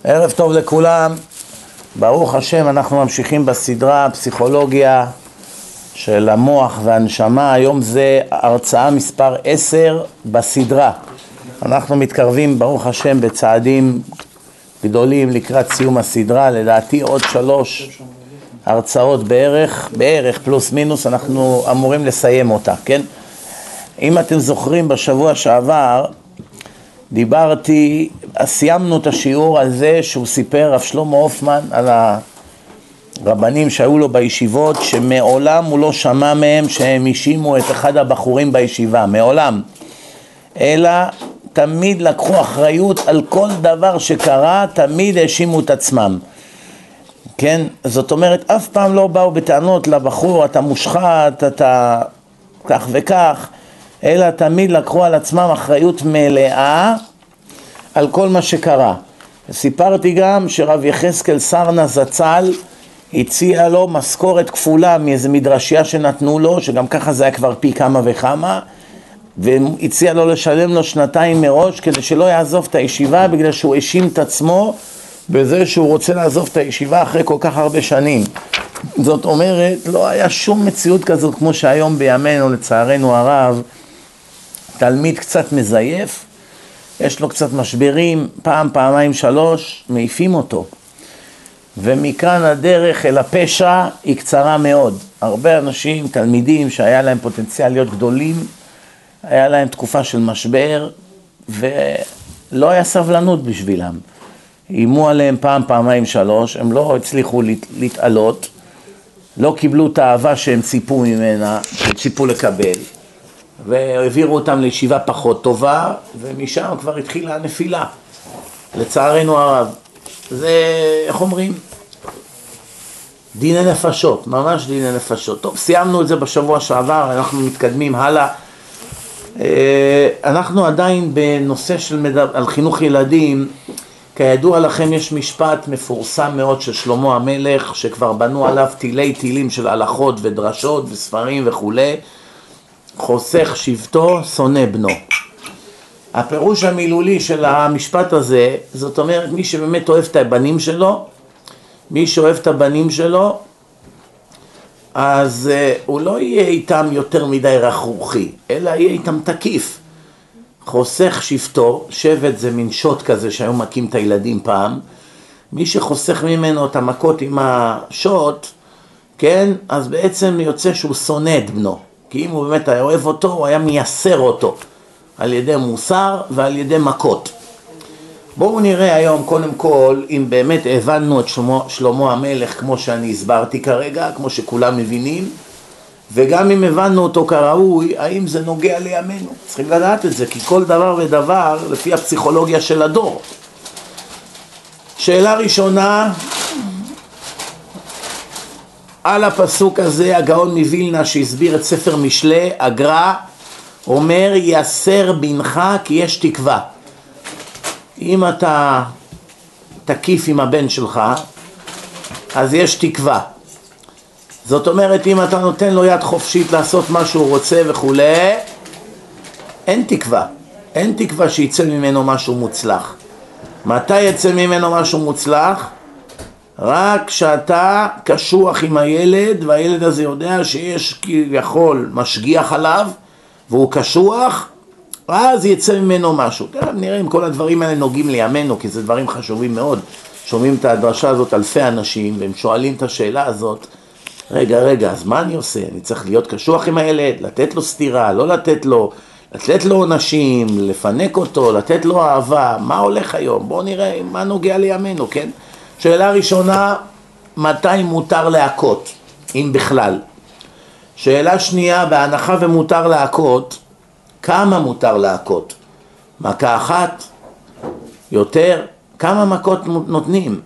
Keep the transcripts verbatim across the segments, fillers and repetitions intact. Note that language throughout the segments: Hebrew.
ערב טוב לכולם, ברוך השם. אנחנו ממשיכים בסדרה פסיכולוגיה של המוח והנשמה. היום זה הרצאה מספר עשר בסדרה. אנחנו מתקרבים ברוך השם בצעדים גדולים לקראת סיום הסדרה. לדעתי עוד שלוש הרצאות בערך, בערך פלוס מינוס אנחנו אמורים לסיים אותה, כן? אם אתם זוכרים, בשבוע שעבר דיברתי, סיימנו את השיעור על זה שהוא סיפר, רב שלמה הופמן, על הרבנים שהיו לו בישיבות, שמעולם הוא לא שמע מהם שהם האשימו את אחד הבחורים בישיבה, מעולם, אלא תמיד לקחו אחריות על כל דבר שקרה, תמיד האשימו את עצמם, כן? זאת אומרת, אף פעם לא באו בטענות לבחור, אתה מושחת, אתה כך וכך, אלא תמיד לקחו על עצמם אחריות מלאה על כל מה שקרה. סיפרתי גם שרב יחזקאל סרנה זצ"ל הציע לו משכורת כפולה מאיזה מדרשייה שנתנו לו, שגם ככה זה היה כבר פי כמה וכמה, והציע לו לשלם לו שנתיים מראש כדי שלא יעזוב את הישיבה, בגלל שהוא האשים את עצמו בזה שהוא רוצה לעזוב את הישיבה אחרי כל כך הרבה שנים. זאת אומרת, לא היה שום מציאות כזאת כמו שהיום בימינו, לצערנו הרב, תלמיד קצת מזייף, יש לו קצת משברים, פעם, פעמיים, שלוש, מעיפים אותו. ומכאן הדרך אל הפשע היא קצרה מאוד. הרבה אנשים, תלמידים שהיה להם פוטנציאל להיות גדולים, היה להם תקופה של משבר, ולא היה סבלנות בשבילם. אימו עליהם פעם, פעמיים, שלוש, הם לא הצליחו להתעלות, לא קיבלו את האהבה שהם ציפו ממנה, ציפו לקבל. והעבירו אותם לישיבה פחות טובה, ומשם כבר התחילה הנפילה, לצערנו הרב. זה, איך אומרים? דיני נפשות, ממש דיני נפשות. טוב, סיימנו את זה בשבוע שעבר, אנחנו מתקדמים הלאה. אנחנו עדיין בנושא של מדבר, על חינוך ילדים. כידוע לכם, יש משפט מפורסם מאוד של שלמה המלך, שכבר בנו עליו תילי תילים של הלכות ודרשות וספרים וכולי. חוסך שבטו, שונא בנו. הפירוש המילולי של המשפט הזה, זאת אומרת, מי שבאמת אוהב את הבנים שלו, מי שאוהב את הבנים שלו, אז uh, הוא לא יהיה איתם יותר מדי רכרוכי, אלא יהיה איתם תקיף. חוסך שבטו, שבט זה מין שוט כזה שהיו מקים את הילדים פעם, מי שחוסך ממנו את המכות עם השוט, כן, אז בעצם יוצא שהוא שונא את בנו. כי אם הוא באמת היה אוהב אותו, הוא היה מייסר אותו על ידי מוסר ועל ידי מכות. בואו נראה היום קודם כל אם באמת הבנו את שלמה, שלמה המלך כמו שאני הסברתי כרגע, כמו שכולם מבינים, וגם אם הבנו אותו כראוי, האם זה נוגע לימינו. צריכים לדעת את זה, כי כל דבר ודבר לפי הפסיכולוגיה של הדור. שאלה ראשונה, על הפסוק הזה הגאון מווילנה שהסביר את ספר משלי, הגר"א אומר, יסר בנך כי יש תקווה. אם אתה תקיף עם הבן שלך, אז יש תקווה. זאת אומרת, אם אתה נותן לו יד חופשית לעשות מה שהוא רוצה וכולי, אין תקווה. אין תקווה שיצא ממנו משהו מוצלח. מתי יצא ממנו משהו מוצלח? רק שאתה קשוח עם הילד, והילד הזה יודע שיש כביכול משגיח עליו, והוא קשוח, אז יצא ממנו משהו. תראה, נראה אם כל הדברים האלה נוגעים לימינו, כי זה דברים חשובים מאוד. שומעים את הדרשה הזאת אלפי אנשים, והם שואלים את השאלה הזאת, רגע, רגע, אז מה אני עושה? אני צריך להיות קשוח עם הילד, לתת לו סתירה, לא לתת לו, לתת לו עונשים, לפנק אותו, לתת לו אהבה, מה הולך היום? בואו נראה מה נוגע לימינו, כן? שאלה ראשונה, מתי מותר להכות, אם בכלל? שאלה שנייה, בהנחה ומותר להכות, כמה מותר להכות? מכה אחת? יותר? כמה מכות נותנים?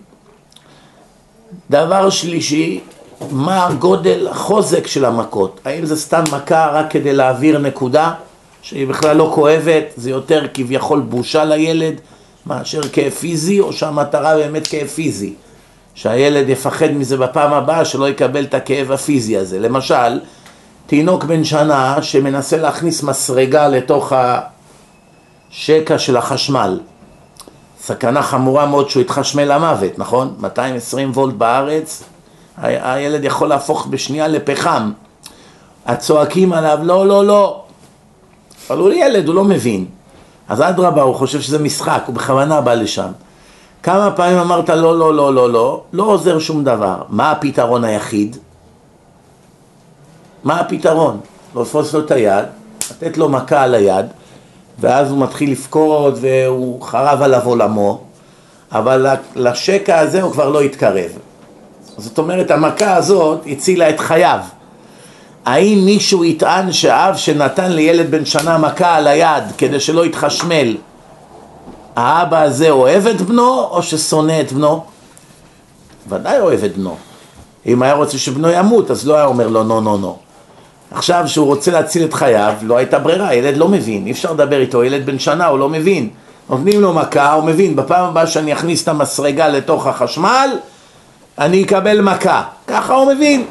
דבר שלישי, מה גודל החוזק של המכות? האם זה סתם מכה רק כדי להעביר נקודה שהיא בכלל לא כואבת, זה יותר כביכול בושה לילד מאשר כאב פיזי, או שהמטרה באמת כאב פיזי, שהילד יפחד מזה בפעם הבאה שלא יקבל את הכאב הפיזי הזה. למשל, תינוק בן שנה שמנסה להכניס מסרגה לתוך השקע של החשמל, סכנה חמורה מאוד שהוא יתחשמל למוות, נכון? מאתיים ועשרים וולט בארץ, ה- הילד יכול להפוך בשנייה לפחם. הצועקים עליו, לא, לא, לא. אבל הוא ילד, הוא לא מבין. אז אדרבה, הוא חושב שזה משחק, הוא בכוונה בא לשם. כמה פעמים אמרת לא, לא, לא, לא, לא, לא עוזר שום דבר. מה הפתרון היחיד? מה הפתרון? לתפוס לו את היד, לתת לו מכה על היד, ואז הוא מתחיל לפקוד והוא חרב עליו עולמו, אבל לשקע הזה הוא כבר לא יתקרב. זאת אומרת, המכה הזאת הצילה את חייו. האם מישהו יטען שאב שנתן לילד בן שנה מכה על היד כדי שלא יתחשמל, האבא הזה אוהב את בנו או ששונא את בנו? ודאי אוהב את בנו. אם היה רוצה שבנו ימות, אז לא היה אומר לו נו נו נו. עכשיו שהוא רוצה להציל את חייו, לא הייתה ברירה, ילד לא מבין, אי אפשר לדבר איתו, ילד בן שנה הוא לא מבין. נותנים לו מכה, הוא מבין, בפעם הבאה שאני אכניס את המסרגה לתוך החשמל, אני אקבל מכה. ככה הוא מבין.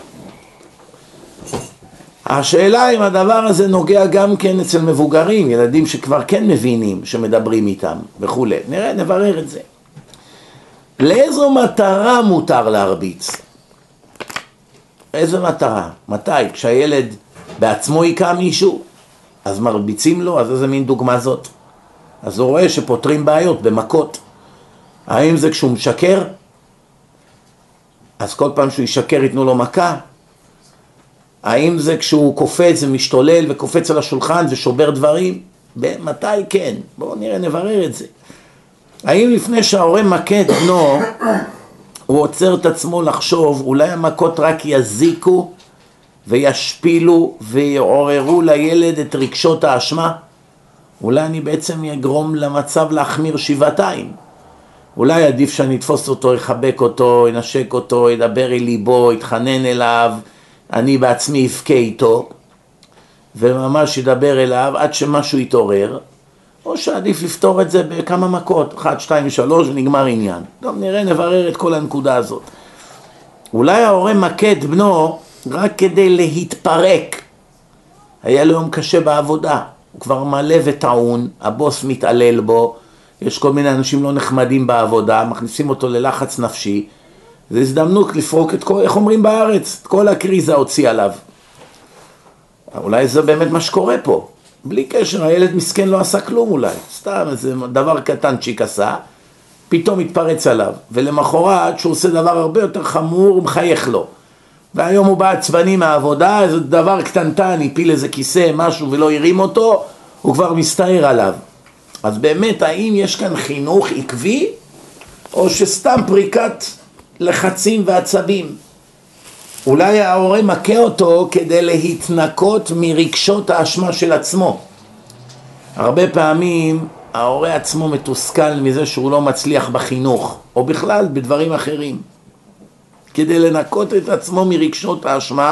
השאלה אם הדבר הזה נוגע גם כן אצל מבוגרים, ילדים שכבר כן מבינים, שמדברים איתם וכו'. נראה, נברר את זה. לאיזו מטרה מותר להרביץ? איזו מטרה? מתי? כשהילד בעצמו יקע מישהו, אז מרביצים לו, אז איזה מין דוגמה זאת? אז הוא רואה שפותרים בעיות במכות. האם זה כשהוא משקר? אז כל פעם שהוא ישקר ייתנו לו מכה? האם זה כשהוא קופץ ומשתולל וקופץ על השולחן ושובר דברים? מתי כן? בואו נראה, נברר את זה. האם לפני שההורה מכה את בנו, הוא עוצר את עצמו לחשוב, אולי המכות רק יזיקו וישפילו ויעוררו לילד את רגשות האשמה? אולי אני בעצם יגרום למצב להחמיר שבעתיים. אולי עדיף שאני אתפוס אותו, יחבק אותו, ינשק אותו, ידבר אל ליבו, יתחנן אליו, אני בעצמי אבכה איתו, וממש ידבר אליו עד שמשהו יתעורר, או שעדיף לפתור את זה בכמה מכות, אחת, שתיים ושלוש, ונגמר עניין. טוב, נראה, נברר את כל הנקודה הזאת. אולי ההורה מכה את בנו רק כדי להתפרק. היה לו יום קשה בעבודה, הוא כבר מלא וטעון, הבוס מתעלל בו, יש כל מיני אנשים לא נחמדים בעבודה, מכניסים אותו ללחץ נפשי, זה הזדמנות לפרוק את כל, איך אומרים בארץ, את כל הקריזה הוציא עליו. אולי זה באמת מה שקורה פה. בלי קשר, הילד מסכן לא עשה כלום אולי. סתם איזה דבר קטן צ'יק עשה, פתאום התפרץ עליו. ולמחרת, שהוא עושה דבר הרבה יותר חמור, הוא מחייך לו. והיום הוא בא עצבני מהעבודה, איזה דבר קטנטן, הפיל איזה כיסא, משהו ולא הרים אותו, הוא כבר מסתער עליו. אז באמת, האם יש כאן חינוך עקבי, או שסתם פריקת לחצים ועצבים? אולי ההורה מכה אותו כדי להתנקות מרגשות האשמה של עצמו. הרבה פעמים ההורה עצמו מתוסכל מזה שהוא לא מצליח בחינוך, או בכלל בדברים אחרים. כדי לנקות את עצמו מרגשות האשמה,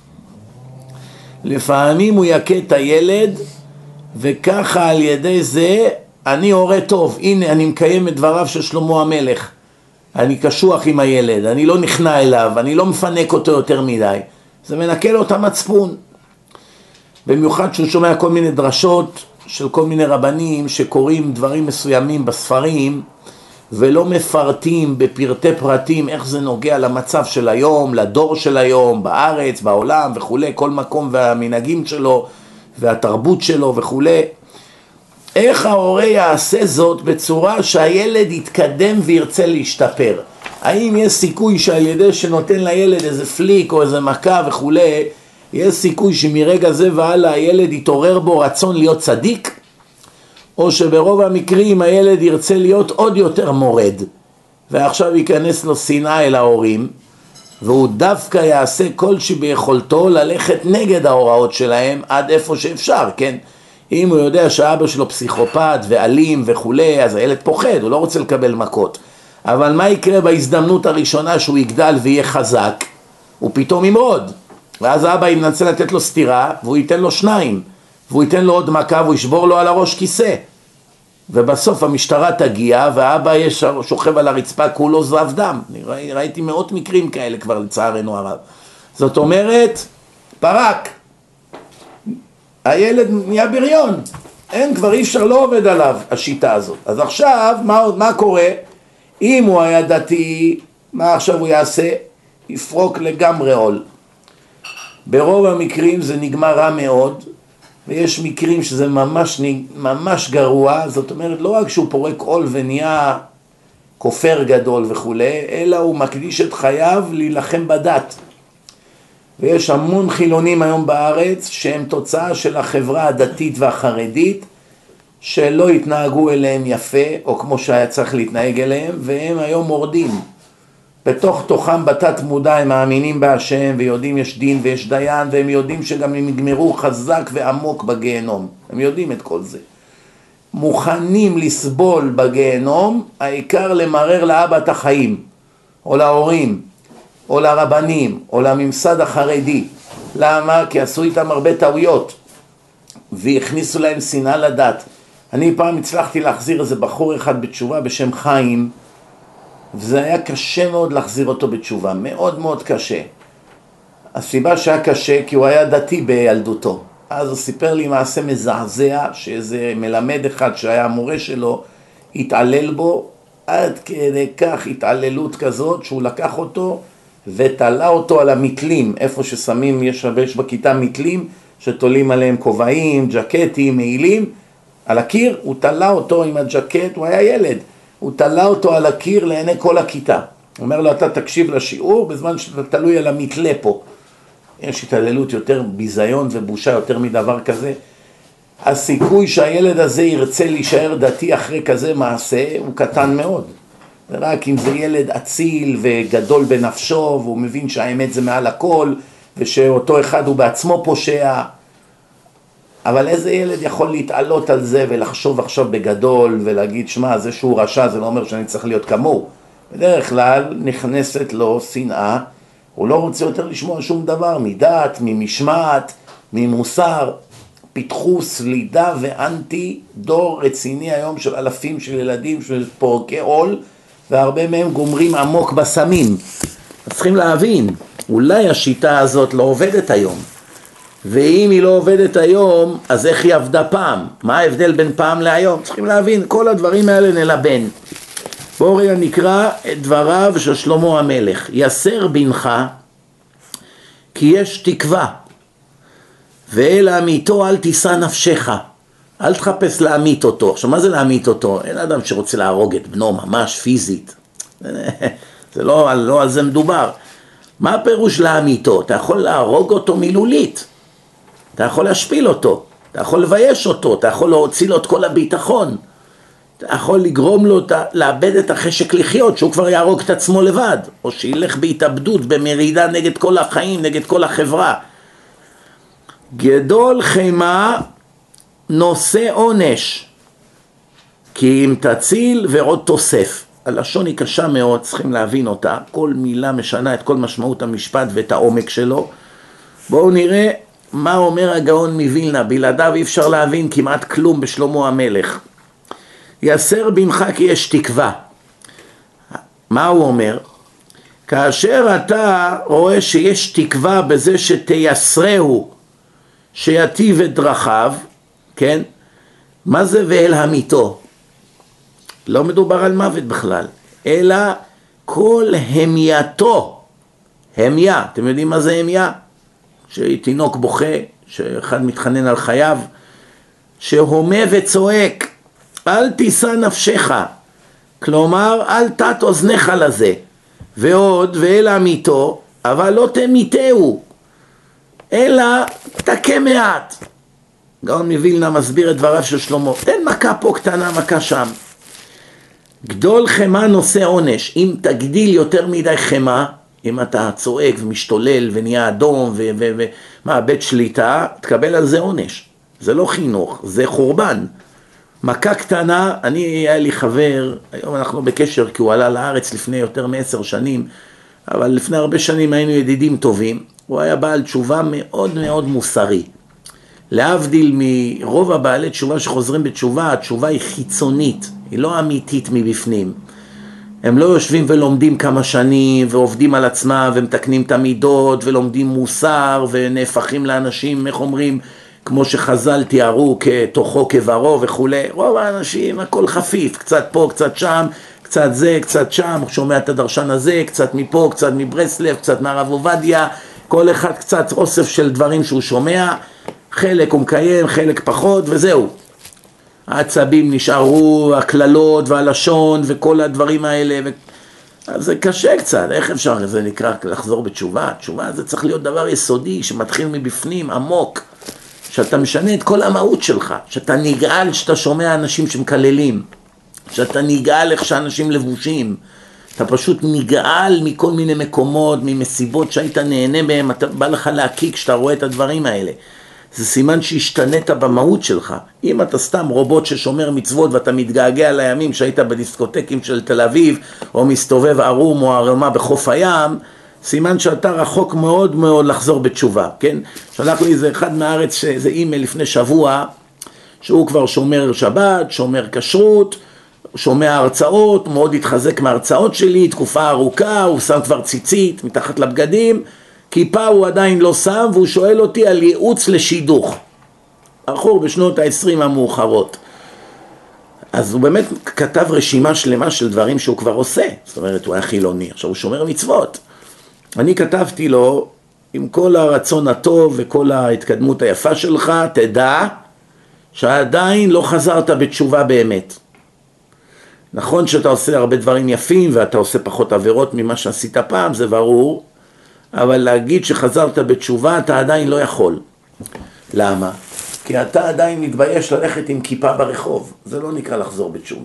לפעמים הוא יכה את הילד, וככה על ידי זה אני הורה טוב. הנה אני מקיים את דבריו של שלמה המלך. אני קשוח עם הילד, אני לא נכנע אליו, אני לא מפנק אותו יותר מדי. זה מנקה לו את המצפון. במיוחד שהוא שומע כל מיני דרשות של כל מיני רבנים שקוראים דברים מסוימים בספרים, ולא מפרטים בפרטי פרטים איך זה נוגע למצב של היום, לדור של היום, בארץ, בעולם וכו', כל מקום והמנהגים שלו והתרבות שלו וכו'. איך ההורה יעשה זאת בצורה שהילד יתקדם וירצה להשתפר? האם יש סיכוי שעל ידי שנותן לילד איזה פליק או איזה מכה וכו', יש סיכוי שמרגע זה והלאה הילד יתעורר בו רצון להיות צדיק? או שברוב המקרים הילד ירצה להיות עוד יותר מורד, ועכשיו ייכנס לו שנאה אל ההורים, והוא דווקא יעשה כל שביכולתו ללכת נגד ההוראות שלהם עד איפה שאפשר, כן? אם הוא יודע שהאבא שלו פסיכופת ואלים וכו', אז הילד פוחד, הוא לא רוצה לקבל מכות. אבל מה יקרה בהזדמנות הראשונה שהוא יגדל ויהיה חזק? הוא פתאום ימרוד, ואז האבא ינסה לתת לו סתירה, והוא ייתן לו שניים, והוא ייתן לו עוד מכה, והוא ישבור לו על הראש כיסא. ובסוף המשטרה תגיע, והאבא יש שוכב על הרצפה כולו זב דם. אני ראי, ראיתי מאות מקרים כאלה כבר לצערנו הרב. זאת אומרת, פרק. הילד נהיה בריון. אין, כבר אי אפשר, לא עובד עליו השיטה הזאת. אז עכשיו, מה, מה קורה? אם הוא היה דתי, מה עכשיו הוא יעשה? יפרוק לגמרי עול. ברוב המקרים זה נגמר רע מאוד, ויש מקרים שזה ממש, ממש גרוע, זאת אומרת, לא רק שהוא פורק עול ונהיה כופר גדול וכו', אלא הוא מקדיש את חייו להילחם בדת. ויש המון חילונים היום בארץ שהם תוצאה של החברה הדתית והחרדית, שלא התנהגו אליהם יפה, או כמו שהיה צריך להתנהג אליהם, והם היום מורדים. בתוך תוכם בתת מודע הם מאמינים בהשם, ויודעים יש דין ויש דיין, והם יודעים שגם הם יגמרו חזק ועמוק בגיהנום. הם יודעים את כל זה. מוכנים לסבול בגיהנום, העיקר למרר לאבא את החיים, או להורים, או לרבנים, או לממסד החרדי. למה? כי עשו איתם הרבה טעויות, והכניסו להם שנאה לדת. אני פעם הצלחתי להחזיר איזה בחור אחד בתשובה בשם חיים, וזה היה קשה מאוד להחזיר אותו בתשובה, מאוד מאוד קשה. הסיבה שהיה קשה כי הוא היה דתי בילדותו. אז הוא סיפר לי מעשה מזעזע, שאיזה מלמד אחד שהיה המורה שלו, התעלל בו, עד כדי כך התעללות כזאת, שהוא לקח אותו ותלה אותו על המתלים, איפה ששמים, יש, יש בכיתה מתלים, שתולים עליהם כובעים, ג'קטים, מעילים, על הקיר, הוא תלה אותו עם הג'קט, הוא היה ילד, הוא תלה אותו על הקיר לעיני כל הכיתה. הוא אומר לו, אתה תקשיב לשיעור בזמן שאתה תלוי על המתלה פה. יש התעללות יותר, ביזיון ובושה יותר מדבר כזה. הסיכוי שהילד הזה ירצה להישאר דתי אחרי כזה מעשה הוא קטן מאוד. ורק אם זה ילד אציל וגדול בנפשו, והוא מבין שהאמת זה מעל הכל, ושאותו אחד הוא בעצמו פושע. אבל איזה ילד יכול להתעלות על זה ולחשוב עכשיו בגדול ולהגיד, שמה, זה שהוא רשע זה לא אומר שאני צריך להיות כמוהו. בדרך כלל נכנסת לו שנאה, הוא לא רוצה יותר לשמוע שום דבר, מדת, ממשמעת, ממוסר. פיתחו סלידה ואנטי דור רציני היום של אלפים של ילדים של פורקי עול, והרבה מהם גומרים עמוק בסמים. צריכים להבין, אולי השיטה הזאת לא עובדת היום. ואם היא לא עובדת היום, אז איך היא עבדה פעם? מה ההבדל בין פעם להיום? צריכים להבין, כל הדברים האלה נלבן. בואו רגע נקרא את דבריו של שלמה המלך. יסר בנך, כי יש תקווה, ואל עמיתו אל תישא נפשך. אל תחפש להמית אותו. עכשיו, מה זה להמית אותו? אין אדם שרוצה להרוג את בנו ממש פיזית. זה לא, לא על זה מדובר. מה הפירוש להמיתו? אתה יכול להרוג אותו מילולית. אתה יכול להשפיל אותו. אתה יכול לבייש אותו. אתה יכול להוציא לו את כל הביטחון. אתה יכול לגרום לו לאבד את החשק לחיות, שהוא כבר יהרוג את עצמו לבד. או שילך בהתאבדות, במרידה נגד כל החיים, נגד כל החברה. גדול חמה נושא עונש, כי אם תציל ועוד תוסף. הלשון היא קשה מאוד, צריכים להבין אותה. כל מילה משנה את כל משמעות המשפט ואת העומק שלו. בואו נראה מה אומר הגאון מווילנה. בלעדיו אי אפשר להבין כמעט כלום בשלמה המלך. יסר בנך כי יש תקווה. מה הוא אומר? כאשר אתה רואה שיש תקווה בזה שתייסרהו, שיטיב את דרכיו, כן? מה זה ואל המיתו? לא מדובר על מוות בכלל, אלא כל המייתו. המיה, אתם יודעים מה זה המיה? שתינוק בוכה, שאחד מתחנן על חייו, שהומה וצועק, אל תישא נפשך, כלומר אל תת אוזניך לזה, ועוד ואל המיתו, אבל לא תמיתהו, אלא תכה מעט. גאון מווילנה מסביר את דבריו של שלמה, תן מכה פה קטנה, מכה שם. גדול חמה נושא עונש. אם תגדיל יותר מדי חמה, אם אתה צועק ומשתולל ונהיה אדום ומאבד שליטה, תקבל על זה עונש. זה לא חינוך, זה חורבן. מכה קטנה, אני היה לי חבר, היום אנחנו בקשר כי הוא עלה לארץ לפני יותר מעשר שנים, אבל לפני הרבה שנים היינו ידידים טובים. הוא היה בעל תשובה מאוד מאוד מוסרי. להבדיל מרוב הבעלי תשובה שחוזרים בתשובה, התשובה היא חיצונית, היא לא אמיתית מבפנים. הם לא יושבים ולומדים כמה שנים ועובדים על עצמם ומתקנים את המידות ולומדים מוסר ונהפכים לאנשים, איך אומרים, כמו שחז"ל תיארו כתוכו כברו וכולי. רוב האנשים הכל חפיף, קצת פה, קצת שם, קצת זה, קצת שם, שומע את הדרשן הזה, קצת מפה, קצת מברסלב, קצת מהרב עובדיה, כל אחד קצת אוסף של דברים שהוא שומע, חלק הוא מקיים, חלק פחות, וזהו. העצבים נשארו, הכללות והלשון וכל הדברים האלה, ו... אז זה קשה קצת. איך אפשר, זה נקרא לחזור בתשובה? תשובה זה צריך להיות דבר יסודי שמתחיל מבפנים, עמוק, שאתה משנה את כל המהות שלך, שאתה נגעל שאתה שומע אנשים שמקללים, שאתה נגעל איך שאנשים לבושים, אתה פשוט נגעל מכל מיני מקומות, ממסיבות שהיית נהנה מהם, אתה בא לך להקיק כשאתה רואה את הדברים האלה. זה סימן שהשתנית במהות שלך. אם אתה סתם רובוט ששומר מצוות ואתה מתגעגע לימים שהיית בדיסקוטקים של תל אביב, או מסתובב ערום או ערמה בחוף הים, סימן שאתה רחוק מאוד מאוד לחזור בתשובה, כן? שלח לי איזה אחד מהארץ, איזה אימייל לפני שבוע, שהוא כבר שומר שבת, שומר כשרות, שומע הרצאות, מאוד התחזק מההרצאות שלי, תקופה ארוכה, הוא שם כבר ציצית מתחת לבגדים, כיפה הוא עדיין לא שם, והוא שואל אותי על ייעוץ לשידוך. בחור בשנות ה-עשרים המאוחרות. אז הוא באמת כתב רשימה שלמה של דברים שהוא כבר עושה. זאת אומרת, הוא היה חילוני, עכשיו הוא שומר מצוות. אני כתבתי לו, עם כל הרצון הטוב וכל ההתקדמות היפה שלך, תדע שעדיין לא חזרת בתשובה באמת. נכון שאתה עושה הרבה דברים יפים, ואתה עושה פחות עבירות ממה שעשית פעם, זה ברור, אבל להגיד שחזרת בתשובה אתה עדיין לא יכול. למה? כי אתה עדיין מתבייש ללכת עם כיפה ברחוב. זה לא נקרא לחזור בתשובה.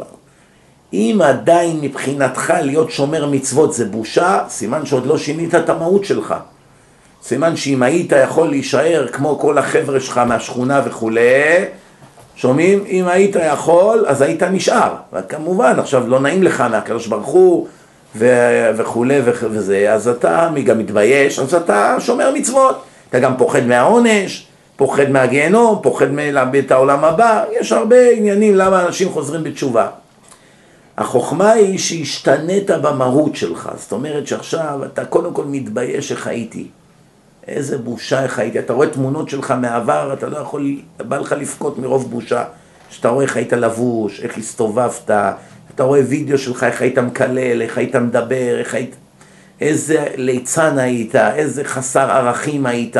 אם עדיין מבחינתך להיות שומר מצוות זה בושה, סימן שעוד לא שינית את המהות שלך. סימן שאם היית יכול להישאר כמו כל החבר'ה שלך מהשכונה וכולי, שומעים? אם היית יכול, אז היית נשאר. וכמובן, עכשיו לא נעים לך מהקדוש ברוך הוא וכולי וזה, אז אתה גם מתבייש, אז אתה שומר מצוות. אתה גם פוחד מהעונש, פוחד מהגיהנום, פוחד מלאבד את העולם הבא. יש הרבה עניינים למה אנשים חוזרים בתשובה. החוכמה היא שהשתנית במהות שלך. זאת אומרת שעכשיו אתה קודם כל מתבייש איך הייתי. איזה בושה איך הייתי. אתה רואה תמונות שלך מעבר, אתה לא יכול, בא לך לפקוט מרוב בושה. שאתה רואה איך היית לבוש, איך הסתובבת, אתה רואה וידאו שלך, איך היית מקלל, איך היית מדבר, איך היית... איזה ליצן היית, איזה חסר ערכים היית,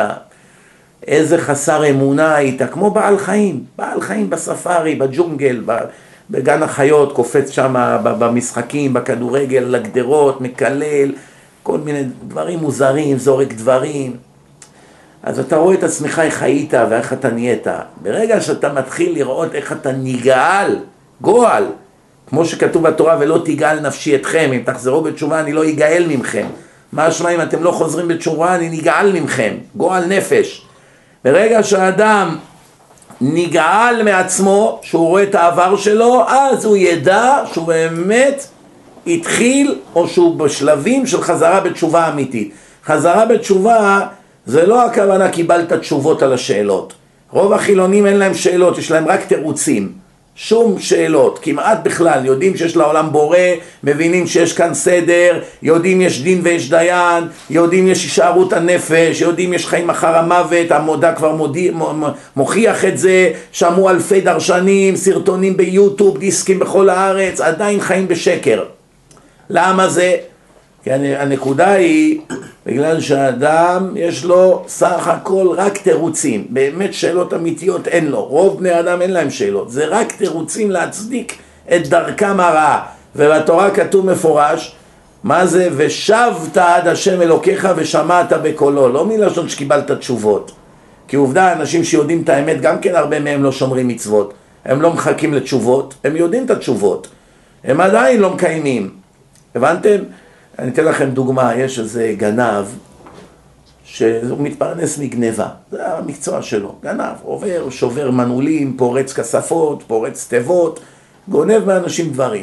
איזה חסר אמונה היית, כמו בעל חיים, בעל חיים בספארי, בג'ונגל, בגן החיות, קופץ שם במשחקים, בכדורגל, לגדרות, מקלל, כל מיני דברים מוזרים, זורק דברים. אז אתה רואה את עצמך איך היית ואיך אתה נהיית. ברגע שאתה מתחיל לראות איך אתה נגעל, גועל, כמו שכתוב בתורה, ולא תגעל נפשי אתכם, אם תחזרו בתשובה אני לא אגעל ממכם. מה השמע אם אתם לא חוזרים בתשובה אני נגעל ממכם, גועל נפש. ברגע שהאדם נגעל מעצמו, שהוא רואה את העבר שלו, אז הוא ידע שהוא באמת התחיל, או שהוא בשלבים של חזרה בתשובה אמיתית. חזרה בתשובה זה לא הכוונה קיבלת תשובות על השאלות. רוב החילונים אין להם שאלות, יש להם רק תירוצים. שום שאלות, כמעט בכלל, יודעים שיש לעולם בורא, מבינים שיש כאן סדר, יודעים יש דין ויש דיין, יודעים יש הישארות הנפש, יודעים יש חיים אחר המוות, המודע כבר מודיע, מוכיח את זה, שמעו אלפי דרשנים, סרטונים ביוטיוב, דיסקים בכל הארץ, עדיין חיים בשקר. למה זה? כי הנקודה היא, בגלל שהאדם יש לו סך הכל רק תירוצים, באמת שאלות אמיתיות אין לו, רוב בני האדם אין להם שאלות, זה רק תירוצים להצדיק את דרכם הרעה, ובתורה כתוב מפורש, מה זה? ושבת עד השם אלוקיך ושמעת בקולו, לא מלשון שקיבלת תשובות, כי עובדה אנשים שיודעים את האמת, גם כן הרבה מהם לא שומרים מצוות, הם לא מחכים לתשובות, הם יודעים את התשובות, הם עדיין לא מקיימים, הבנתם? אני אתן לכם דוגמה, יש איזה גנב שהוא מתפרנס מגניבה, זה המקצוע שלו, גנב, עובר, שובר מנעולים, פורץ כספות, פורץ תיבות, גונב מאנשים דברים.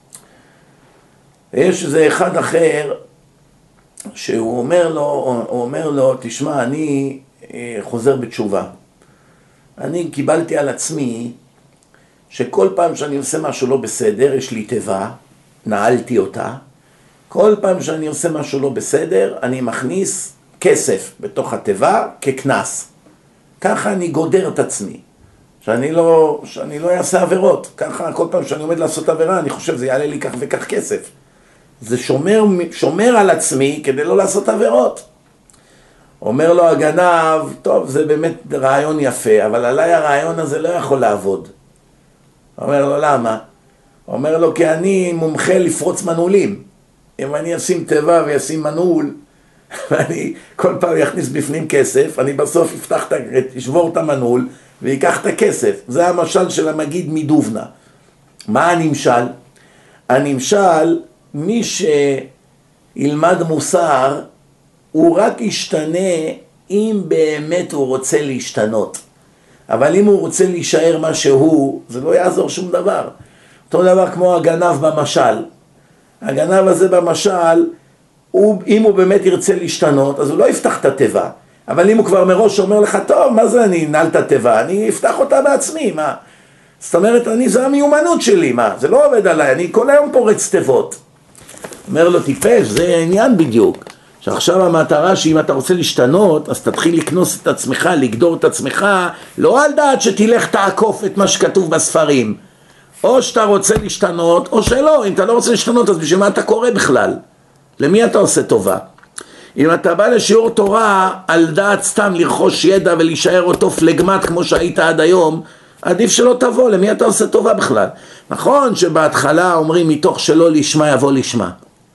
יש איזה אחד אחר שהוא אומר לו, הוא אומר לו, תשמע, אני חוזר בתשובה. אני קיבלתי על עצמי שכל פעם שאני עושה משהו לא בסדר, יש לי תיבה, נעלתי אותה, כל פעם שאני עושה משהו לא בסדר, אני מכניס כסף בתוך התיבה ככנס. ככה אני גודר את עצמי, שאני לא, שאני לא אעשה עבירות. ככה כל פעם שאני עומד לעשות עבירה, אני חושב זה יעלה לי כך וכך כסף. זה שומר, שומר על עצמי כדי לא לעשות עבירות. אומר לו הגנב, טוב, זה באמת רעיון יפה, אבל עליי הרעיון הזה לא יכול לעבוד. אומר לו, למה? אומר לו, כי אני מומחה לפרוץ מנעולים. אם אני אשים טבע וישים מנעול, ואני כל פעם יכניס בפנים כסף, אני בסוף אפתח, תשבור את המנעול, ויקח את הכסף. זה המשל של המגיד מדובנה. מה הנמשל? הנמשל, מי שילמד מוסר, הוא רק ישתנה אם באמת הוא רוצה להשתנות. אבל אם הוא רוצה להישאר מה שהוא, זה לא יעזור שום דבר. אותו דבר כמו הגנב במשל. הגנב הזה במשל, הוא, אם הוא באמת ירצה להשתנות, אז הוא לא יפתח את הטבע. אבל אם הוא כבר מראש אומר לך, טוב, מה זה אני אנעל את הטבע? אני אפתח אותה בעצמי, מה? זאת אומרת, אני, זה המיומנות שלי, מה? זה לא עובד עליי, אני כל היום פורץ טבעות. אומר לו, טיפש, זה העניין בדיוק. שעכשיו המטרה שאם אתה רוצה להשתנות, אז תתחיל לקנוס את עצמך, לגדור את עצמך, לא על דעת שתלך תעקוף את מה שכתוב בספרים. או שאתה רוצה להשתנות, או שלא. אם אתה לא רוצה להשתנות, אז בשביל מה אתה קורא בכלל? למי אתה עושה טובה? אם אתה בא לשיעור תורה על דעת סתם לרכוש ידע ולהישאר אותו פלגמט כמו שהיית עד היום, עדיף שלא תבוא, למי אתה עושה טובה בכלל? נכון שבהתחלה אומרים מתוך שלא לשמה יבוא לשמה.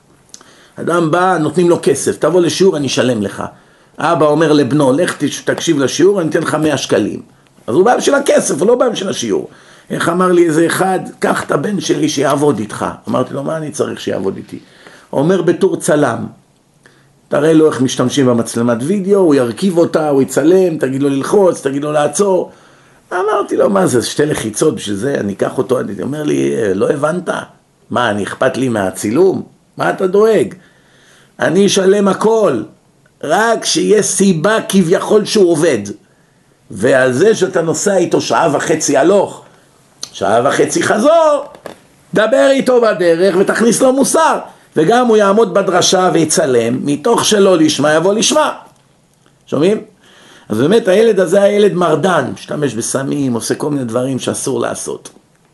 אדם בא, נותנים לו כסף, תבוא לשיעור, אני אשלם לך. אבא אומר לבנו, לך תקשיב לשיעור, אני אתן לך מאה שקלים. אז הוא בא בשביל הכסף, הוא לא בא בשביל השיעור. איך אמר לי איזה אחד, קח את הבן שלי שיעבוד איתך. אמרתי לו, מה אני צריך שיעבוד איתי? הוא אומר בתור צלם, תראה לו איך משתמשים במצלמת וידאו, הוא ירכיב אותה, הוא יצלם, תגיד לו ללחוץ, תגיד לו לעצור. אמרתי לו, מה זה, שתי לחיצות בשביל זה, אני אקח אותו. אני אומר לי, לא הבנת? מה, אני אכפת לי מהצילום? מה אתה דואג? אני אשלם הכל, רק שיהיה סיבה כביכול שהוא עובד. ועל זה שאתה נוסע איתו שעה וחצי הלוך, שעה וחצי חזור, דבר איתו בדרך ותכניס לו מוסר. וגם הוא יעמוד בדרשה ויצלם, מתוך שלא לשמה יבוא לשמה. שומעים? אז באמת הילד הזה היה ילד מרדן, משתמש בסמים, עושה כל מיני דברים שאסור לעשות.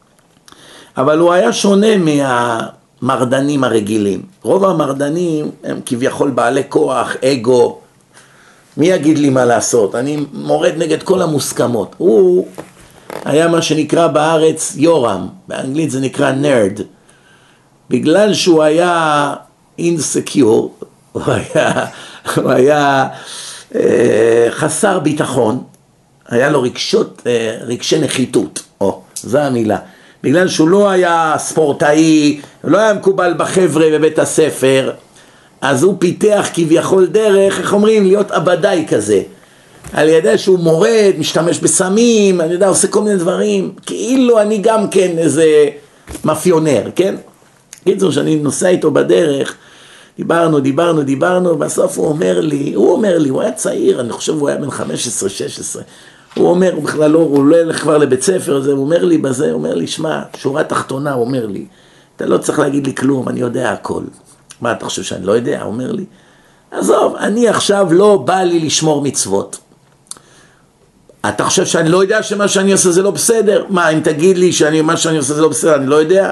אבל הוא היה שונה מהמרדנים הרגילים. רוב המרדנים הם כביכול בעלי כוח, אגו. מי יגיד לי מה לעשות? אני מורד נגד כל המוסכמות. הוא היה מה שנקרא בארץ יורם, באנגלית זה נקרא נרד. בגלל שהוא היה אינסקיור, הוא היה, הוא היה אה, חסר ביטחון, היה לו רגשות, אה, רגשי נחיתות, או, זו המילה. בגלל שהוא לא היה ספורטאי, לא היה מקובל בחבר'ה בבית הספר, אז הוא פיתח כביכול דרך, איך אומרים, להיות עבדאי כזה. על ידי שהוא מורד, משתמש בסמים, אני יודע, עושה כל מיני דברים, כאילו אני גם כן איזה מאפיונר, כן? קיצור, שאני נוסע איתו בדרך, דיברנו, דיברנו, דיברנו, בסוף הוא אומר לי, הוא אומר לי, הוא היה צעיר, אני חושב הוא היה בן חמש עשרה שש עשרה, הוא אומר, הוא בכלל לא, הוא לא ילך כבר לבית ספר, זה, הוא אומר לי בזה, הוא אומר לי, שמע, שורה תחתונה, הוא אומר לי, אתה לא צריך להגיד לי כלום, אני יודע הכל. מה, אתה חושב שאני לא יודע? הוא אומר לי, עזוב, אני עכשיו לא בא לי לשמור מצוות. אתה חושב שאני לא יודע שמה שאני עושה זה לא בסדר? מה, אם תגיד לי שמה שאני עושה זה לא בסדר, אני לא יודע?